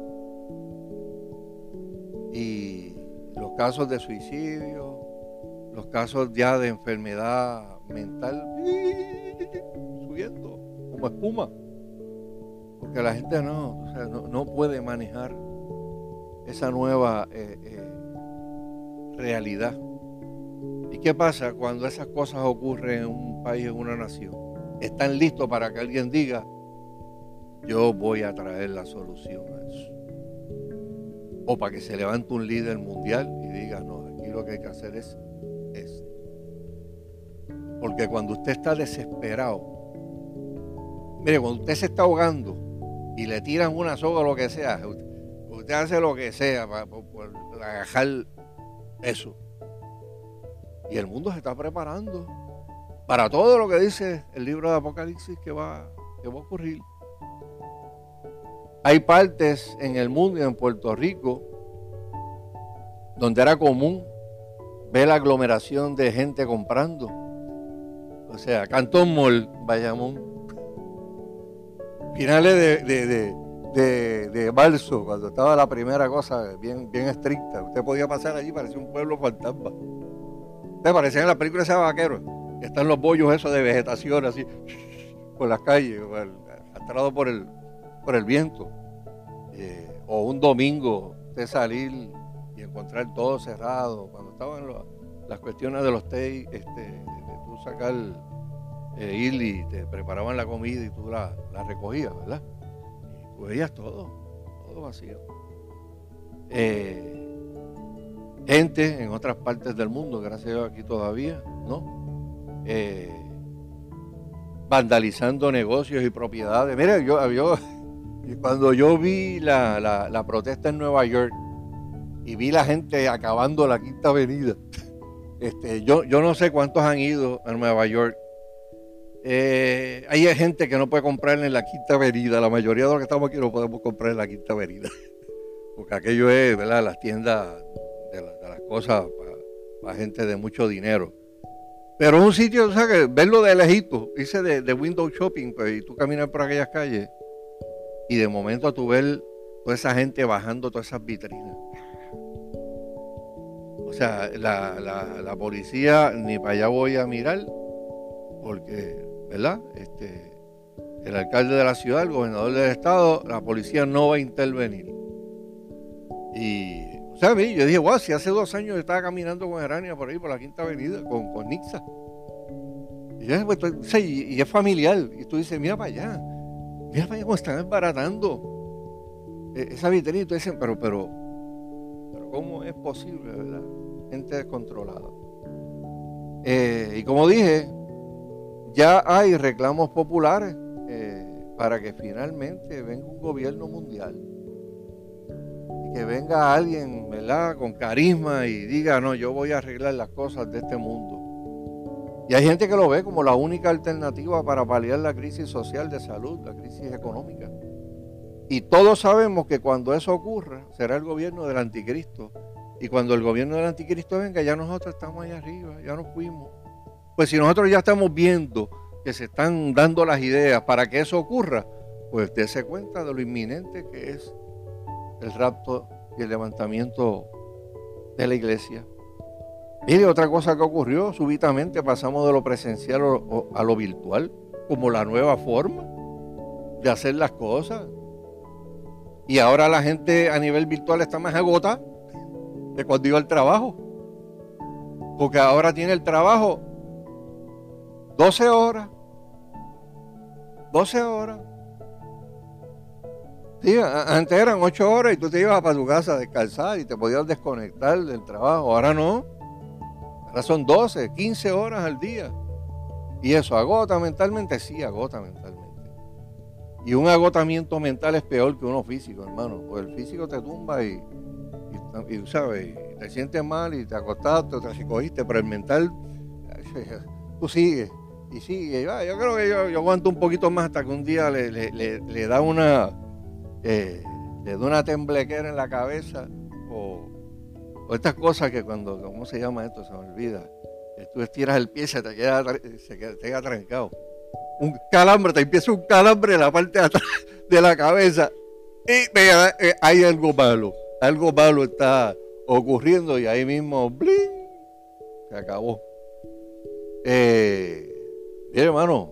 Y los casos de suicidio, los casos ya de enfermedad mental, subiendo como espuma. Porque la gente no puede manejar esa nueva realidad. ¿Y qué pasa cuando esas cosas ocurren en un país, en una nación? Están listos para que alguien diga, yo voy a traer la solución a eso. O para que se levante un líder mundial y diga, no, aquí lo que hay que hacer es esto. Porque cuando usted está desesperado, mire, cuando usted se está ahogando y le tiran una soga o lo que sea, usted hace lo que sea por agajar eso. Y el mundo se está preparando para todo lo que dice el libro de Apocalipsis que va a ocurrir. Hay partes en el mundo y en Puerto Rico donde era común ver la aglomeración de gente comprando. O sea, Cantón Mall, Bayamón. Finales de marzo, cuando estaba la primera cosa bien estricta. Usted podía pasar allí, parecía un pueblo fantasma. Usted parecía en la película ese vaquero. Están los bollos esos de vegetación así, por las calles, arrastrado por el viento. O un domingo, usted salir y encontrar todo cerrado. Cuando estaban las cuestiones de los TEI, de tú sacar, ir y te preparaban la comida y tú la recogías, ¿verdad? Y tú veías todo vacío. Gente en otras partes del mundo, gracias a Dios aquí todavía, ¿no? Vandalizando negocios y propiedades. Mire, cuando yo vi la protesta en Nueva York y vi la gente acabando la Quinta Avenida, yo no sé cuántos han ido a Nueva York. Hay gente que no puede comprar en la Quinta Avenida. La mayoría de los que estamos aquí no podemos comprar en la Quinta Avenida. Porque aquello es, ¿verdad?, las tiendas de las cosas para gente de mucho dinero. Pero es un sitio, o sea, que verlo de lejito, hice de window shopping, pues, y tú caminas por aquellas calles y de momento tú ves toda esa gente bajando todas esas vitrinas. O sea, la policía ni para allá voy a mirar porque, ¿verdad? El alcalde de la ciudad, el gobernador del estado, la policía no va a intervenir. Y, o sea, yo dije, wow, si hace 2 años yo estaba caminando con Gerania por ahí, por la Quinta Avenida, con Nixa. Y es familiar. Y tú dices, mira para allá cómo están desbaratando esa vitrina. Y tú dices, pero ¿cómo es posible, verdad? Gente descontrolada. Y como dije, ya hay reclamos populares para que finalmente venga un gobierno mundial. Y que venga alguien, ¿verdad?, con carisma y diga, no, yo voy a arreglar las cosas de este mundo. Y hay gente que lo ve como la única alternativa para paliar la crisis social de salud, la crisis económica. Y todos sabemos que cuando eso ocurra, será el gobierno del anticristo. Y cuando el gobierno del anticristo venga, ya nosotros estamos ahí arriba, ya nos fuimos. Pues si nosotros ya estamos viendo que se están dando las ideas para que eso ocurra, pues dése cuenta de lo inminente que es el rapto y el levantamiento de la iglesia. Mire, otra cosa que ocurrió, súbitamente pasamos de lo presencial a lo virtual, como la nueva forma de hacer las cosas. Y ahora la gente a nivel virtual está más agotada de cuando iba al trabajo. Porque ahora tiene el trabajo 12 horas. 12 horas. Sí, antes eran 8 horas y tú te ibas para tu casa a descansar y te podías desconectar del trabajo. Ahora no. Ahora son 12, 15 horas al día. ¿Y eso agota mentalmente? Sí, agota mentalmente. Y un agotamiento mental es peor que uno físico, hermano. Pues el físico te tumba y ¿sabes? Y te sientes mal y te acostaste, te recogiste, pero el mental, tú sigues y sigues. Yo creo que yo aguanto un poquito más hasta que un día le da una temblequera en la cabeza o estas cosas que cuando, ¿cómo se llama esto? Se me olvida. Tú estiras el pie y te queda trancado. Un calambre, te empieza un calambre en la parte de atrás de la cabeza y hay algo malo está ocurriendo y ahí mismo ¡bling! Se acabó. Mire, hermano,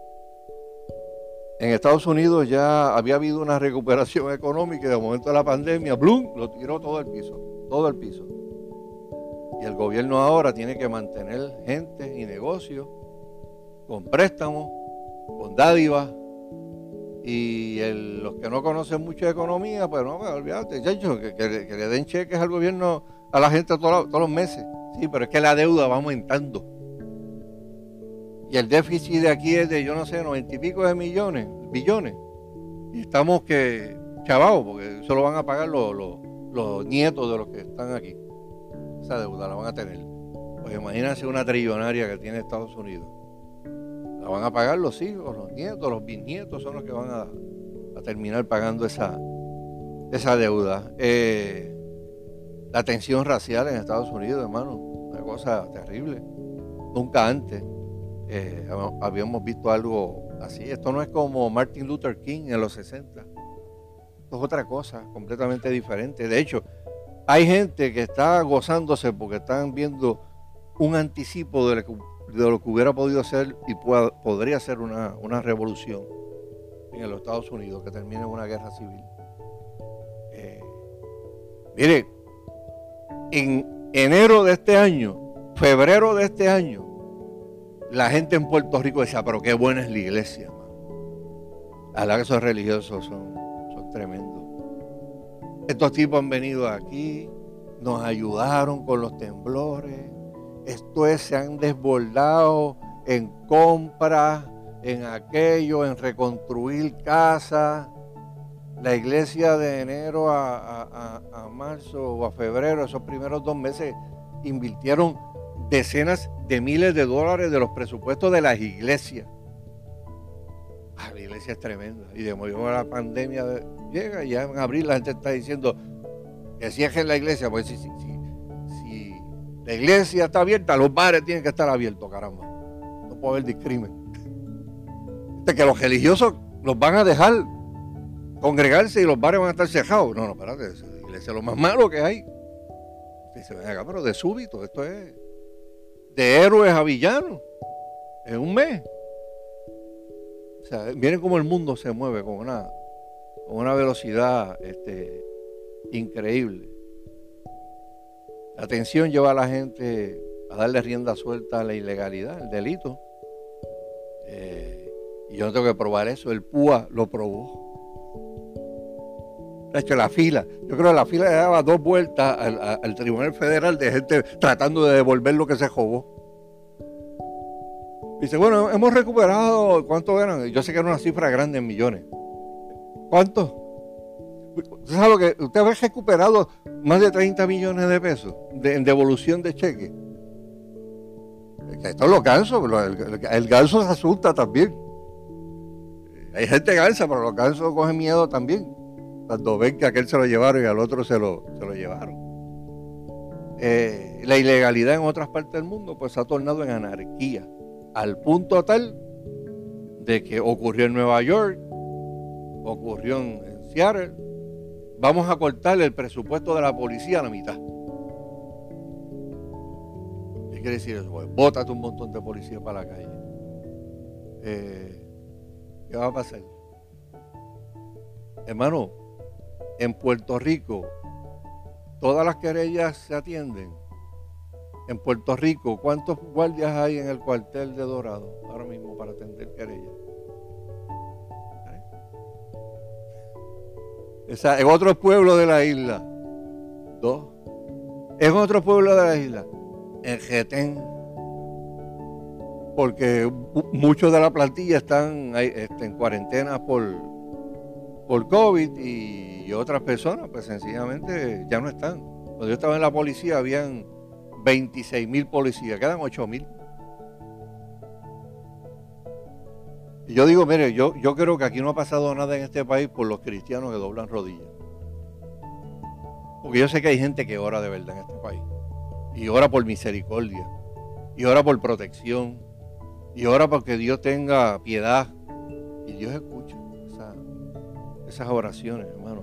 en Estados Unidos ya había habido una recuperación económica y de momento de la pandemia ¡blum! Lo tiró todo el piso. Y el gobierno ahora tiene que mantener gente y negocios con préstamos, con dádivas, y los que no conocen mucho de economía, pues no, olvídate, que le den cheques al gobierno, a la gente todos los meses. Sí, pero es que la deuda va aumentando. Y el déficit de aquí es de, yo no sé, 90 y pico de billones. Y estamos chavados, porque eso lo van a pagar los nietos de los que están aquí. Esa deuda la van a tener. Pues imagínense una trillonaria que tiene Estados Unidos. La van a pagar los hijos, los nietos, los bisnietos son los que van a terminar pagando esa deuda. La tensión racial en Estados Unidos, hermano, una cosa terrible. Nunca antes habíamos visto algo así. Esto no es como Martin Luther King en los 60. Esto es otra cosa completamente diferente. De hecho, hay gente que está gozándose porque están viendo un anticipo de lo que hubiera podido ser y podría ser una revolución en los Estados Unidos que termine en una guerra civil. Mire, en enero de este año, febrero de este año, la gente en Puerto Rico decía, pero qué buena es la iglesia, hermano. A la que esos religiosos son tremendos. Estos tipos han venido aquí, nos ayudaron con los temblores. Se han desbordado en compras, en aquello, en reconstruir casas. La iglesia de enero a marzo o a febrero, esos primeros 2 meses, invirtieron decenas de miles de dólares de los presupuestos de las iglesias. La iglesia es tremenda. Y de momento la pandemia llega y ya en abril la gente está diciendo que cierren la iglesia, pues si la iglesia está abierta, los bares tienen que estar abiertos, caramba. No puede haber discrimen. Que los religiosos los van a dejar congregarse y los bares van a estar cerrados. No, espérate, la iglesia es lo más malo que hay. Dice, ven acá, pero de súbito, esto es de héroes a villanos en un mes. O sea, miren cómo el mundo se mueve con una velocidad increíble. La tensión lleva a la gente a darle rienda suelta a la ilegalidad, al delito. Y yo no tengo que probar eso, el PUA lo probó. De hecho, la fila, yo creo que la fila le daba 2 vueltas al Tribunal Federal de gente tratando de devolver lo que se robó. Dice, bueno, hemos recuperado, ¿cuánto eran? Yo sé que era una cifra grande en millones. ¿Cuánto? ¿Usted sabe lo que? Usted ha recuperado más de 30 millones de pesos en devolución de cheques. Esto es lo ganso, el ganso se asusta también. Hay gente gansa, pero los gansos cogen miedo también. Cuando ven que a aquel se lo llevaron y al otro se lo llevaron. La ilegalidad en otras partes del mundo pues se ha tornado en anarquía, al punto tal de que ocurrió en Nueva York, ocurrió en Seattle. Vamos a cortarle el presupuesto de la policía a la mitad. ¿Qué quiere decir eso? Pues, bótate un montón de policías para la calle. ¿Qué va a pasar? Hermano, en Puerto Rico todas las querellas se atienden. En Puerto Rico, ¿cuántos guardias hay en el cuartel de Dorado ahora mismo para atender querellas? En otros pueblos de la isla. 2. En otros pueblos de la isla. En Jetén. Porque muchos de la plantilla están en cuarentena por COVID y otras personas pues sencillamente ya no están. Cuando yo estaba en la policía habían 26,000 policías, quedan 8,000. Y yo digo, mire, yo creo que aquí no ha pasado nada en este país por los cristianos que doblan rodillas. Porque yo sé que hay gente que ora de verdad en este país. Y ora por misericordia. Y ora por protección. Y ora porque Dios tenga piedad. Y Dios escucha esas oraciones, hermano.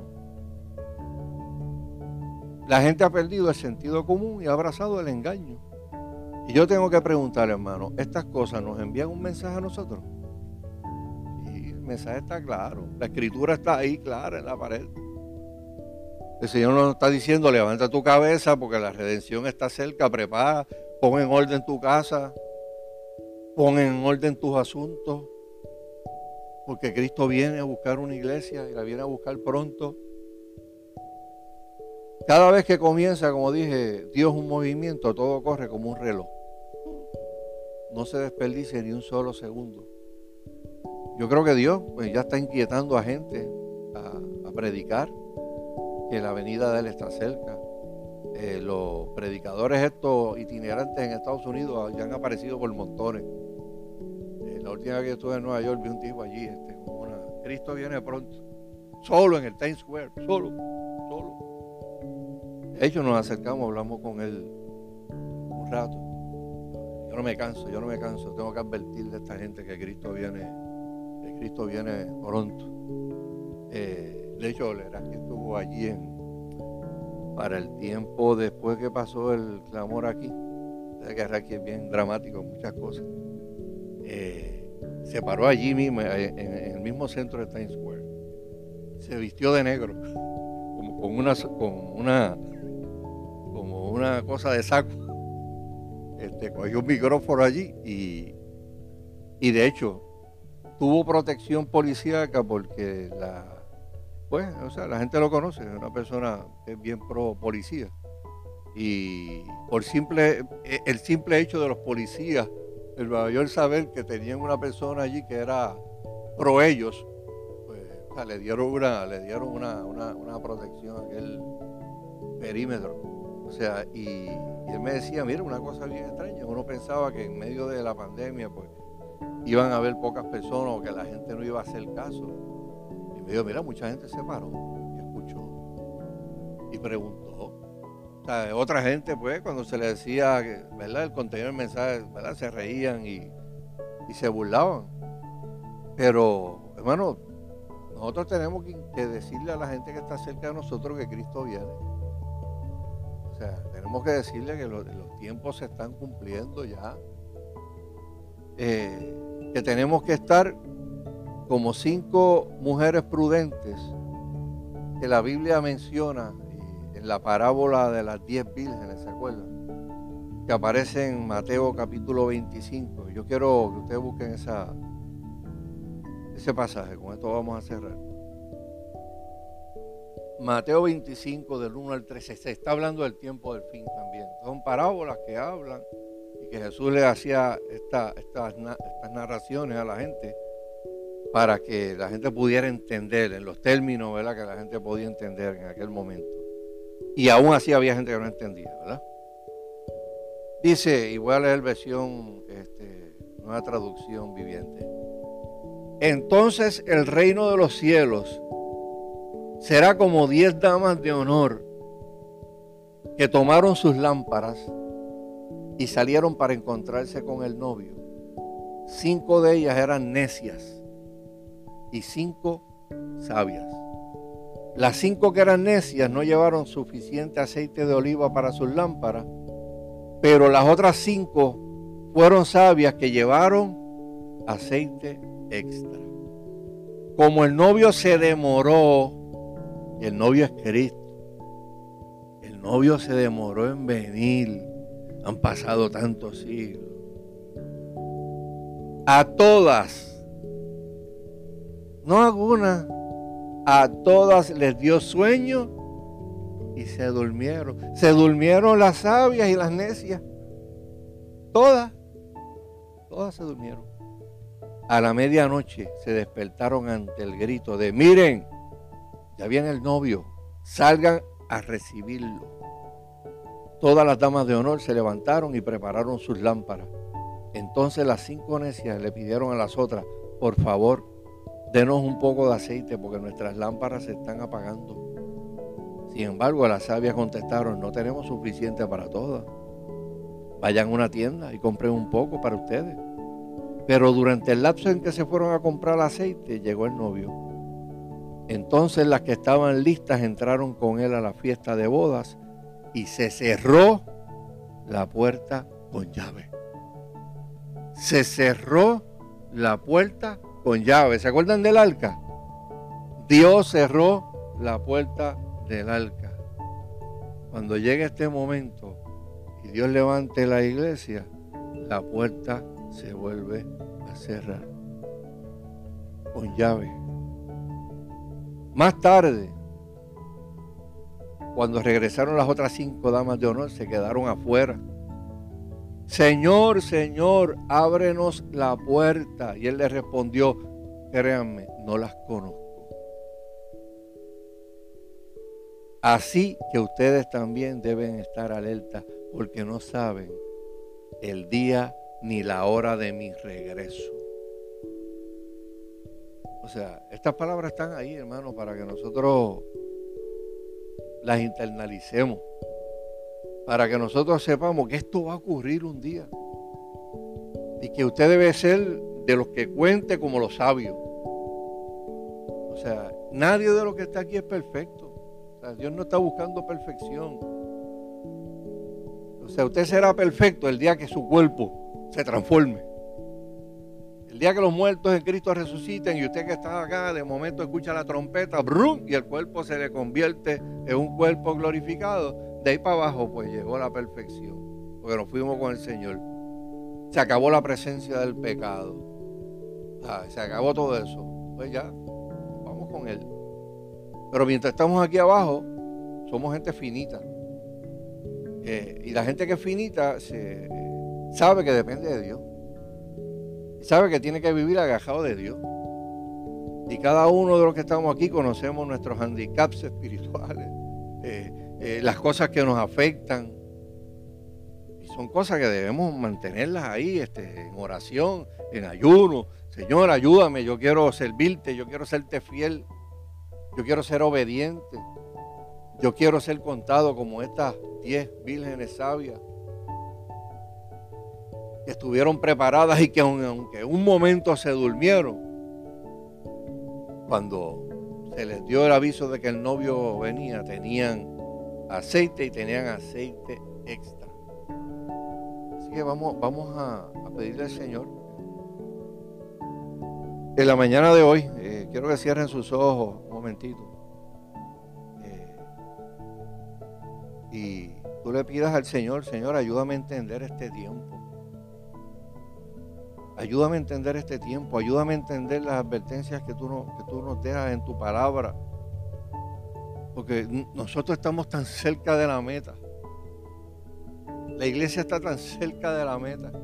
La gente ha perdido el sentido común y ha abrazado el engaño. Y yo tengo que preguntar, hermano, ¿estas cosas nos envían un mensaje a nosotros? Y el mensaje está claro. La escritura está ahí clara en la pared. El Señor nos está diciendo, levanta tu cabeza porque la redención está cerca, prepara, pon en orden tu casa, pon en orden tus asuntos, porque Cristo viene a buscar una iglesia y la viene a buscar pronto. Cada vez que comienza, como dije, Dios un movimiento, todo corre como un reloj. No se desperdicie ni un solo segundo. Yo creo que Dios pues, ya está inquietando a gente a predicar, que la venida de Él está cerca. Los predicadores estos itinerantes en Estados Unidos ya han aparecido por montones. La última vez que estuve en Nueva York vi un tipo allí, Cristo viene pronto, solo en el Times Square, solo. De hecho nos acercamos, hablamos con él un rato. Yo no me canso, tengo que advertirle a esta gente que Cristo viene pronto. De hecho, Leraki estuvo allí para el tiempo después que pasó el clamor aquí. Sé que Raki es bien dramático en muchas cosas. Se paró allí mismo, en el mismo centro de Times Square. Se vistió de negro, como una cosa de saco. Cogió un micrófono allí y de hecho tuvo protección policíaca porque la gente lo conoce, es una persona que es bien pro policía. Y por el simple hecho de los policías en Nueva York saber que tenían una persona allí que era pro ellos, pues le dieron una protección a aquel perímetro. O sea, y él me decía, mira, una cosa bien extraña, uno pensaba que en medio de la pandemia pues iban a haber pocas personas o que la gente no iba a hacer caso. Y me dijo, mira, mucha gente se paró y escuchó y preguntó. O sea, otra gente, pues, cuando se le decía, ¿verdad?, el contenido del mensaje, ¿verdad?, se reían y se burlaban. Pero, hermano, nosotros tenemos que decirle a la gente que está cerca de nosotros que Cristo viene. O sea, tenemos que decirle que los tiempos se están cumpliendo ya. Que tenemos que estar como 5 mujeres prudentes que la Biblia menciona en la parábola de las 10 vírgenes, ¿se acuerdan? Que aparece en Mateo capítulo 25. Yo quiero que ustedes busquen ese pasaje. Con esto vamos a cerrar. Mateo 25 del 1 al 13. Se está hablando del tiempo del fin también. Son parábolas que hablan y que Jesús le hacía estas narraciones a la gente para que la gente pudiera entender en los términos, ¿verdad?, que la gente podía entender en aquel momento. Y aún así había gente que no entendía, ¿verdad? Dice, y voy a leer versión, nueva traducción viviente. Entonces el reino de los cielos será como 10 damas de honor que tomaron sus lámparas y salieron para encontrarse con el novio. 5 de ellas eran necias y 5 sabias. Las 5 que eran necias no llevaron suficiente aceite de oliva para sus lámparas, pero las otras 5 fueron sabias que llevaron aceite extra. Como el novio se demoró, y el novio es Cristo, el novio se demoró en venir, han pasado tantos siglos. A todas, no algunas, A todas les dio sueño y se durmieron. Se durmieron las sabias y las necias. Todas se durmieron. A la medianoche se despertaron ante el grito de: miren, ya viene el novio, salgan a recibirlo. Todas las damas de honor se levantaron y prepararon sus lámparas. Entonces las 5 necias le pidieron a las otras: por favor, denos un poco de aceite porque nuestras lámparas se están apagando. Sin embargo, las sabias contestaron: no tenemos suficiente para todas. Vayan a una tienda y compren un poco para ustedes. Pero durante el lapso en que se fueron a comprar aceite, llegó el novio. Entonces las que estaban listas entraron con él a la fiesta de bodas y se cerró la puerta con llave. Se cerró la puerta con llave. ¿Se acuerdan del arca? Dios cerró la puerta del arca. Cuando llegue este momento y Dios levante la iglesia, la puerta se vuelve a cerrar con llave. Más tarde, cuando regresaron las otras 5 damas de honor, se quedaron afuera. Señor, Señor, ábrenos la puerta. Y él les respondió: créanme, no las conozco. Así que ustedes también deben estar alerta, porque no saben el día ni la hora de mi regreso. O sea, estas palabras están ahí, hermano, para que nosotros las internalicemos, para que nosotros sepamos que esto va a ocurrir un día y que usted debe ser de los que cuente como los sabios. O sea, nadie de los que está aquí es perfecto. O sea, Dios no está buscando perfección. O sea, usted será perfecto el día que su cuerpo se transforme. El día que los muertos en Cristo resuciten y usted que está acá de momento escucha la trompeta, ¡brum!, y el cuerpo se le convierte en un cuerpo glorificado. De ahí para abajo pues llegó la perfección, porque nos fuimos con el Señor. Se acabó la presencia del pecado. Se acabó todo eso. Pues ya, vamos con Él. Pero mientras estamos aquí abajo, somos gente finita. Y la gente que es finita sabe que depende de Dios. Sabe que tiene que vivir agajado de Dios. Y cada uno de los que estamos aquí conocemos nuestros handicaps espirituales, las cosas que nos afectan. Y son cosas que debemos mantenerlas ahí, en oración, en ayuno. Señor, ayúdame, yo quiero servirte, yo quiero serte fiel, yo quiero ser obediente, yo quiero ser contado como estas 10 vírgenes sabias que estuvieron preparadas y que aunque un momento se durmieron, cuando se les dio el aviso de que el novio venía, tenían aceite y tenían aceite extra. Así que vamos a pedirle al Señor. En la mañana de hoy, quiero que cierren sus ojos un momentito. Y tú le pidas al Señor: Señor, ayúdame a entender este tiempo. Ayúdame a entender este tiempo, ayúdame a entender las advertencias que tú nos dejas en tu palabra. Porque nosotros estamos tan cerca de la meta. La iglesia está tan cerca de la meta.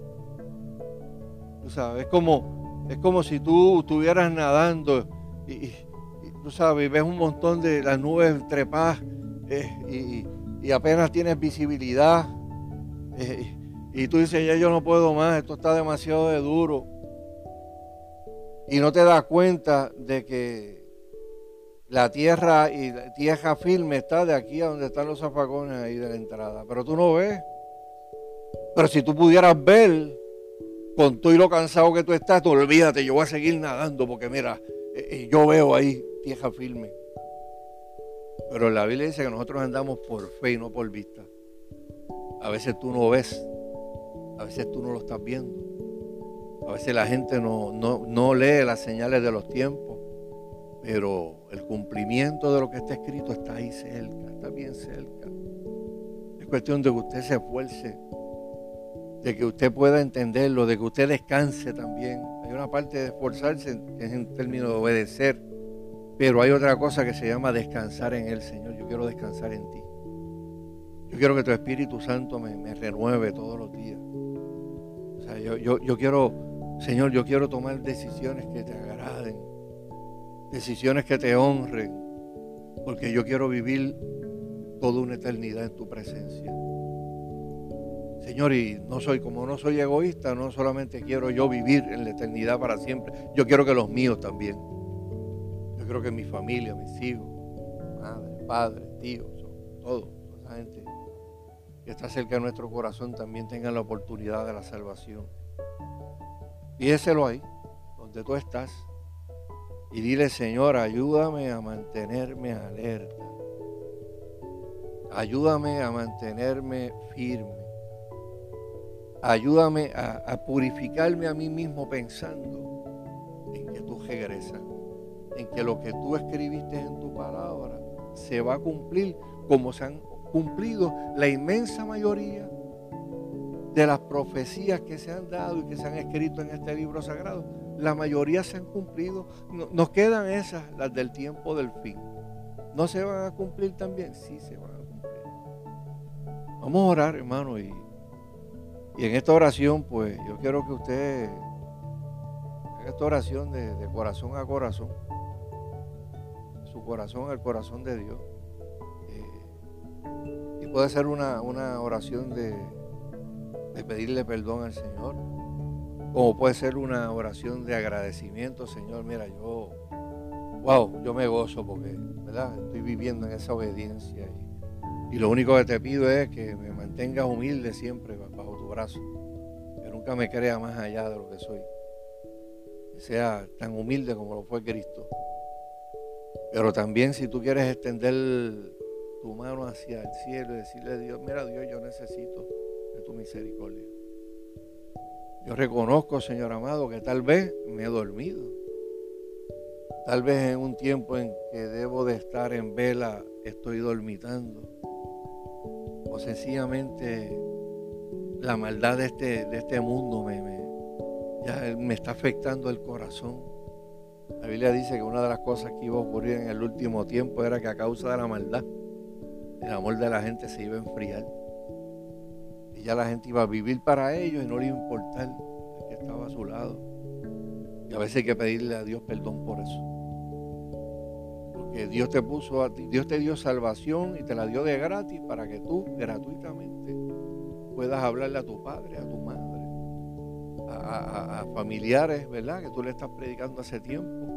Tú sabes, es como si tú estuvieras nadando y tú sabes, ves un montón de las nubes trepadas y apenas tienes visibilidad. Y tú dices: ya yo no puedo más, esto está demasiado de duro. Y no te das cuenta de que la tierra firme está de aquí a donde están los zafacones ahí de la entrada. Pero tú no ves. Pero si tú pudieras ver, con todo y lo cansado que tú estás, tú olvídate, yo voy a seguir nadando porque mira, yo veo ahí tierra firme. Pero la Biblia dice que nosotros andamos por fe y no por vista. A veces tú no ves. A veces tú no lo estás viendo. A veces la gente no lee las señales de los tiempos. Pero el cumplimiento de lo que está escrito está ahí cerca, está bien cerca. Es cuestión de que usted se esfuerce, de que usted pueda entenderlo, de que usted descanse también. Hay una parte de esforzarse que es en términos de obedecer. Pero hay otra cosa que se llama descansar en Él, Señor. Yo quiero descansar en ti. Yo quiero que tu Espíritu Santo me renueve todos los días. O sea, yo quiero, Señor, yo quiero tomar decisiones que te agraden, decisiones que te honren, porque yo quiero vivir toda una eternidad en tu presencia. Señor, y no soy egoísta, no solamente quiero yo vivir en la eternidad para siempre, yo quiero que los míos también. Yo quiero que mi familia, mis hijos, madre, padre, tíos, toda esa gente que está cerca de nuestro corazón también tengan la oportunidad de la salvación. Fíjeselo ahí, donde tú estás, y dile: Señor, ayúdame a mantenerme alerta. Ayúdame a mantenerme firme. Ayúdame a purificarme a mí mismo pensando en que tú regresas, en que lo que tú escribiste en tu palabra se va a cumplir como se han cumplido la inmensa mayoría de las profecías que se han dado y que se han escrito en este libro sagrado. La mayoría se han cumplido. Nos quedan esas, las del tiempo del fin. ¿No se van a cumplir también? Sí, se van a cumplir. Vamos a orar, hermano, y en esta oración, pues, yo quiero que usted haga esta oración de corazón a corazón, su corazón al corazón de Dios. Y puede ser una oración de pedirle perdón al Señor, como puede ser una oración de agradecimiento. Señor, mira, yo me gozo porque, ¿verdad?, estoy viviendo en esa obediencia y lo único que te pido es que me mantengas humilde siempre bajo tu brazo, que nunca me crea más allá de lo que soy, que sea tan humilde como lo fue Cristo. Pero también, si tú quieres extender tu mano hacia el cielo y decirle a Dios: mira, Dios, yo necesito de tu misericordia. Yo reconozco, Señor amado, que tal vez me he dormido. Tal vez en un tiempo en que debo de estar en vela estoy dormitando. O sencillamente la maldad de este mundo ya me está afectando el corazón. La Biblia dice que una de las cosas que iba a ocurrir en el último tiempo era que a causa de la maldad, el amor de la gente se iba a enfriar. Y ya la gente iba a vivir para ellos y no le iba a importar el que estaba a su lado. Y a veces hay que pedirle a Dios perdón por eso. Porque Dios te puso a ti, Dios te dio salvación y te la dio de gratis para que tú gratuitamente puedas hablarle a tu padre, a tu madre, a familiares, ¿verdad?, que tú le estás predicando hace tiempo.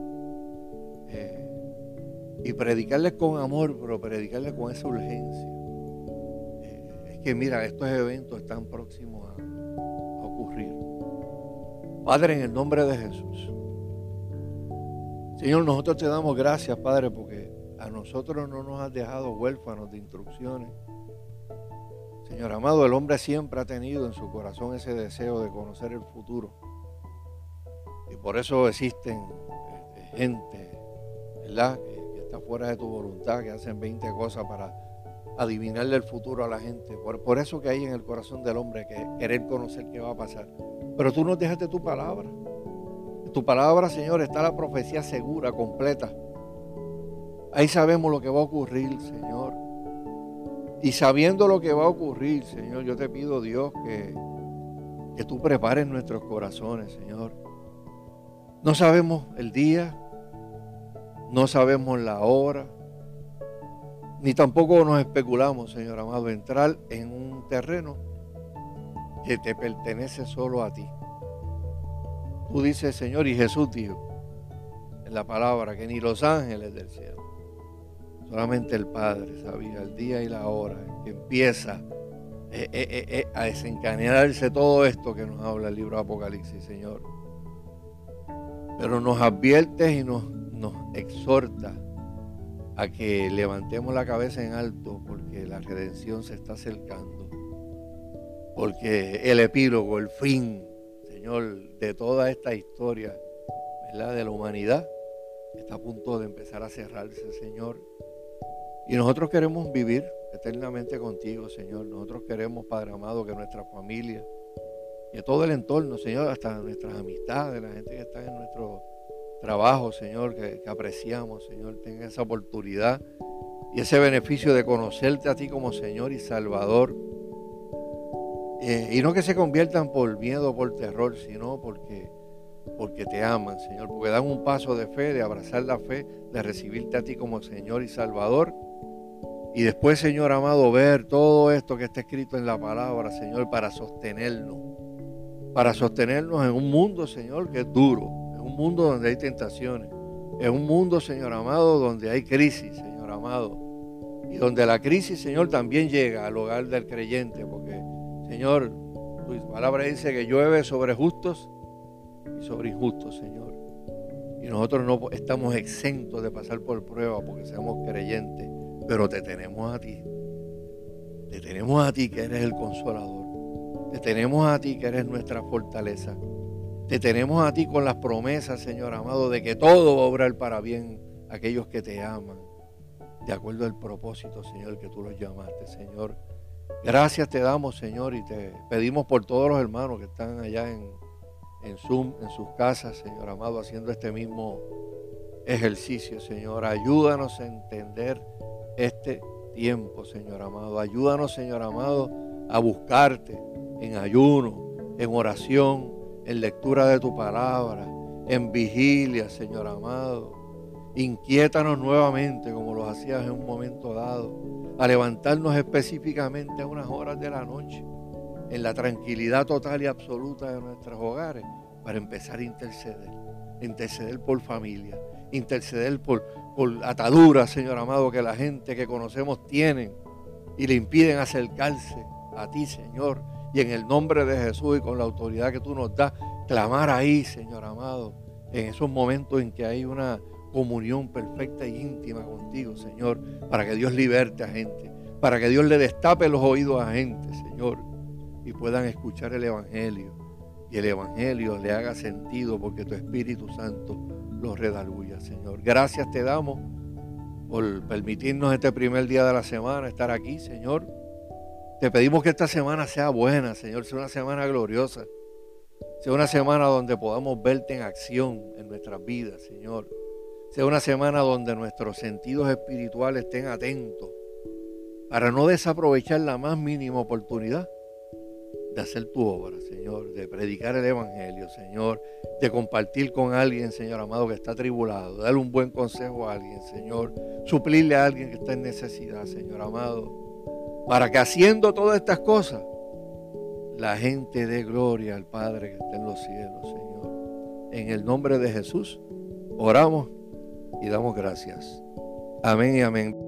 Y predicarles con amor, pero predicarles con esa urgencia. Es que mira, estos eventos están próximos a ocurrir. Padre, en el nombre de Jesús, Señor, nosotros te damos gracias, Padre, porque a nosotros no nos has dejado huérfanos de instrucciones. Señor amado, el hombre siempre ha tenido en su corazón ese deseo de conocer el futuro. Y por eso existen gente, ¿verdad?, que está fuera de tu voluntad, que hacen 20 cosas para adivinarle el futuro a la gente. Por eso que hay en el corazón del hombre que querer conocer qué va a pasar. Pero tú nos dejaste tu palabra. En tu palabra, Señor, está la profecía segura, completa. Ahí sabemos lo que va a ocurrir, Señor. Y sabiendo lo que va a ocurrir, Señor, yo te pido, Dios, que tú prepares nuestros corazones, Señor. No sabemos el día, no sabemos la hora, ni tampoco nos especulamos, Señor amado, entrar en un terreno que te pertenece solo a ti. Tú dices, Señor, y Jesús dijo en la palabra que ni los ángeles del cielo, solamente el Padre sabía el día y la hora en que empieza a desencadenarse todo esto que nos habla el libro de Apocalipsis, Señor. Pero nos adviertes y nos exhorta a que levantemos la cabeza en alto, porque la redención se está acercando. Porque el epílogo, el fin, Señor, de toda esta historia, ¿verdad?, de la humanidad, está a punto de empezar a cerrarse, Señor. Y nosotros queremos vivir eternamente contigo, Señor. Nosotros queremos, Padre amado, que nuestra familia, que todo el entorno, Señor, hasta nuestras amistades, la gente que está en trabajo, Señor, que apreciamos, Señor, tengan esa oportunidad y ese beneficio de conocerte a ti como Señor y Salvador. Y no que se conviertan por miedo o por terror, sino porque te aman, Señor, porque dan un paso de fe, de abrazar la fe, de recibirte a ti como Señor y Salvador. Y después, Señor amado, ver todo esto que está escrito en la palabra, Señor, para sostenernos en un mundo, Señor, que es duro, en un mundo donde hay tentaciones, en un mundo, Señor amado, donde hay crisis, Señor amado, y donde la crisis, Señor, también llega al hogar del creyente, porque, Señor, tu palabra dice que llueve sobre justos y sobre injustos, Señor. Y nosotros no estamos exentos de pasar por pruebas porque seamos creyentes, pero te tenemos a ti. Te tenemos a ti que eres el consolador. Te tenemos a ti que eres nuestra fortaleza. Te tenemos a ti con las promesas, Señor amado, de que todo va a obrar para bien a aquellos que te aman, de acuerdo al propósito, Señor, que tú los llamaste, Señor. Gracias te damos, Señor, y te pedimos por todos los hermanos que están allá en Zoom, en sus casas, Señor amado, haciendo este mismo ejercicio, Señor. Ayúdanos a entender este tiempo, Señor amado. Ayúdanos, Señor amado, a buscarte en ayuno, en oración, en lectura de tu palabra, en vigilia, Señor amado. Inquiétanos nuevamente como lo hacías en un momento dado, a levantarnos específicamente a unas horas de la noche, en la tranquilidad total y absoluta de nuestros hogares, para empezar a interceder por familia, interceder por ataduras, Señor amado, que la gente que conocemos tienen y le impiden acercarse a ti, Señor, y en el nombre de Jesús y con la autoridad que tú nos das, clamar ahí, Señor amado, en esos momentos en que hay una comunión perfecta e íntima contigo, Señor, para que Dios liberte a gente, para que Dios le destape los oídos a gente, Señor, y puedan escuchar el Evangelio, y el Evangelio le haga sentido porque tu Espíritu Santo los redarguya, Señor. Gracias te damos por permitirnos este primer día de la semana estar aquí, Señor. Te pedimos que esta semana sea buena, Señor, sea una semana gloriosa, sea una semana donde podamos verte en acción en nuestras vidas, Señor. Sea una semana donde nuestros sentidos espirituales estén atentos para no desaprovechar la más mínima oportunidad de hacer tu obra, Señor, de predicar el Evangelio, Señor, de compartir con alguien, Señor amado, que está atribulado, darle un buen consejo a alguien, Señor, suplirle a alguien que está en necesidad, Señor amado, para que haciendo todas estas cosas, la gente dé gloria al Padre que está en los cielos, Señor. En el nombre de Jesús, oramos y damos gracias. Amén y amén.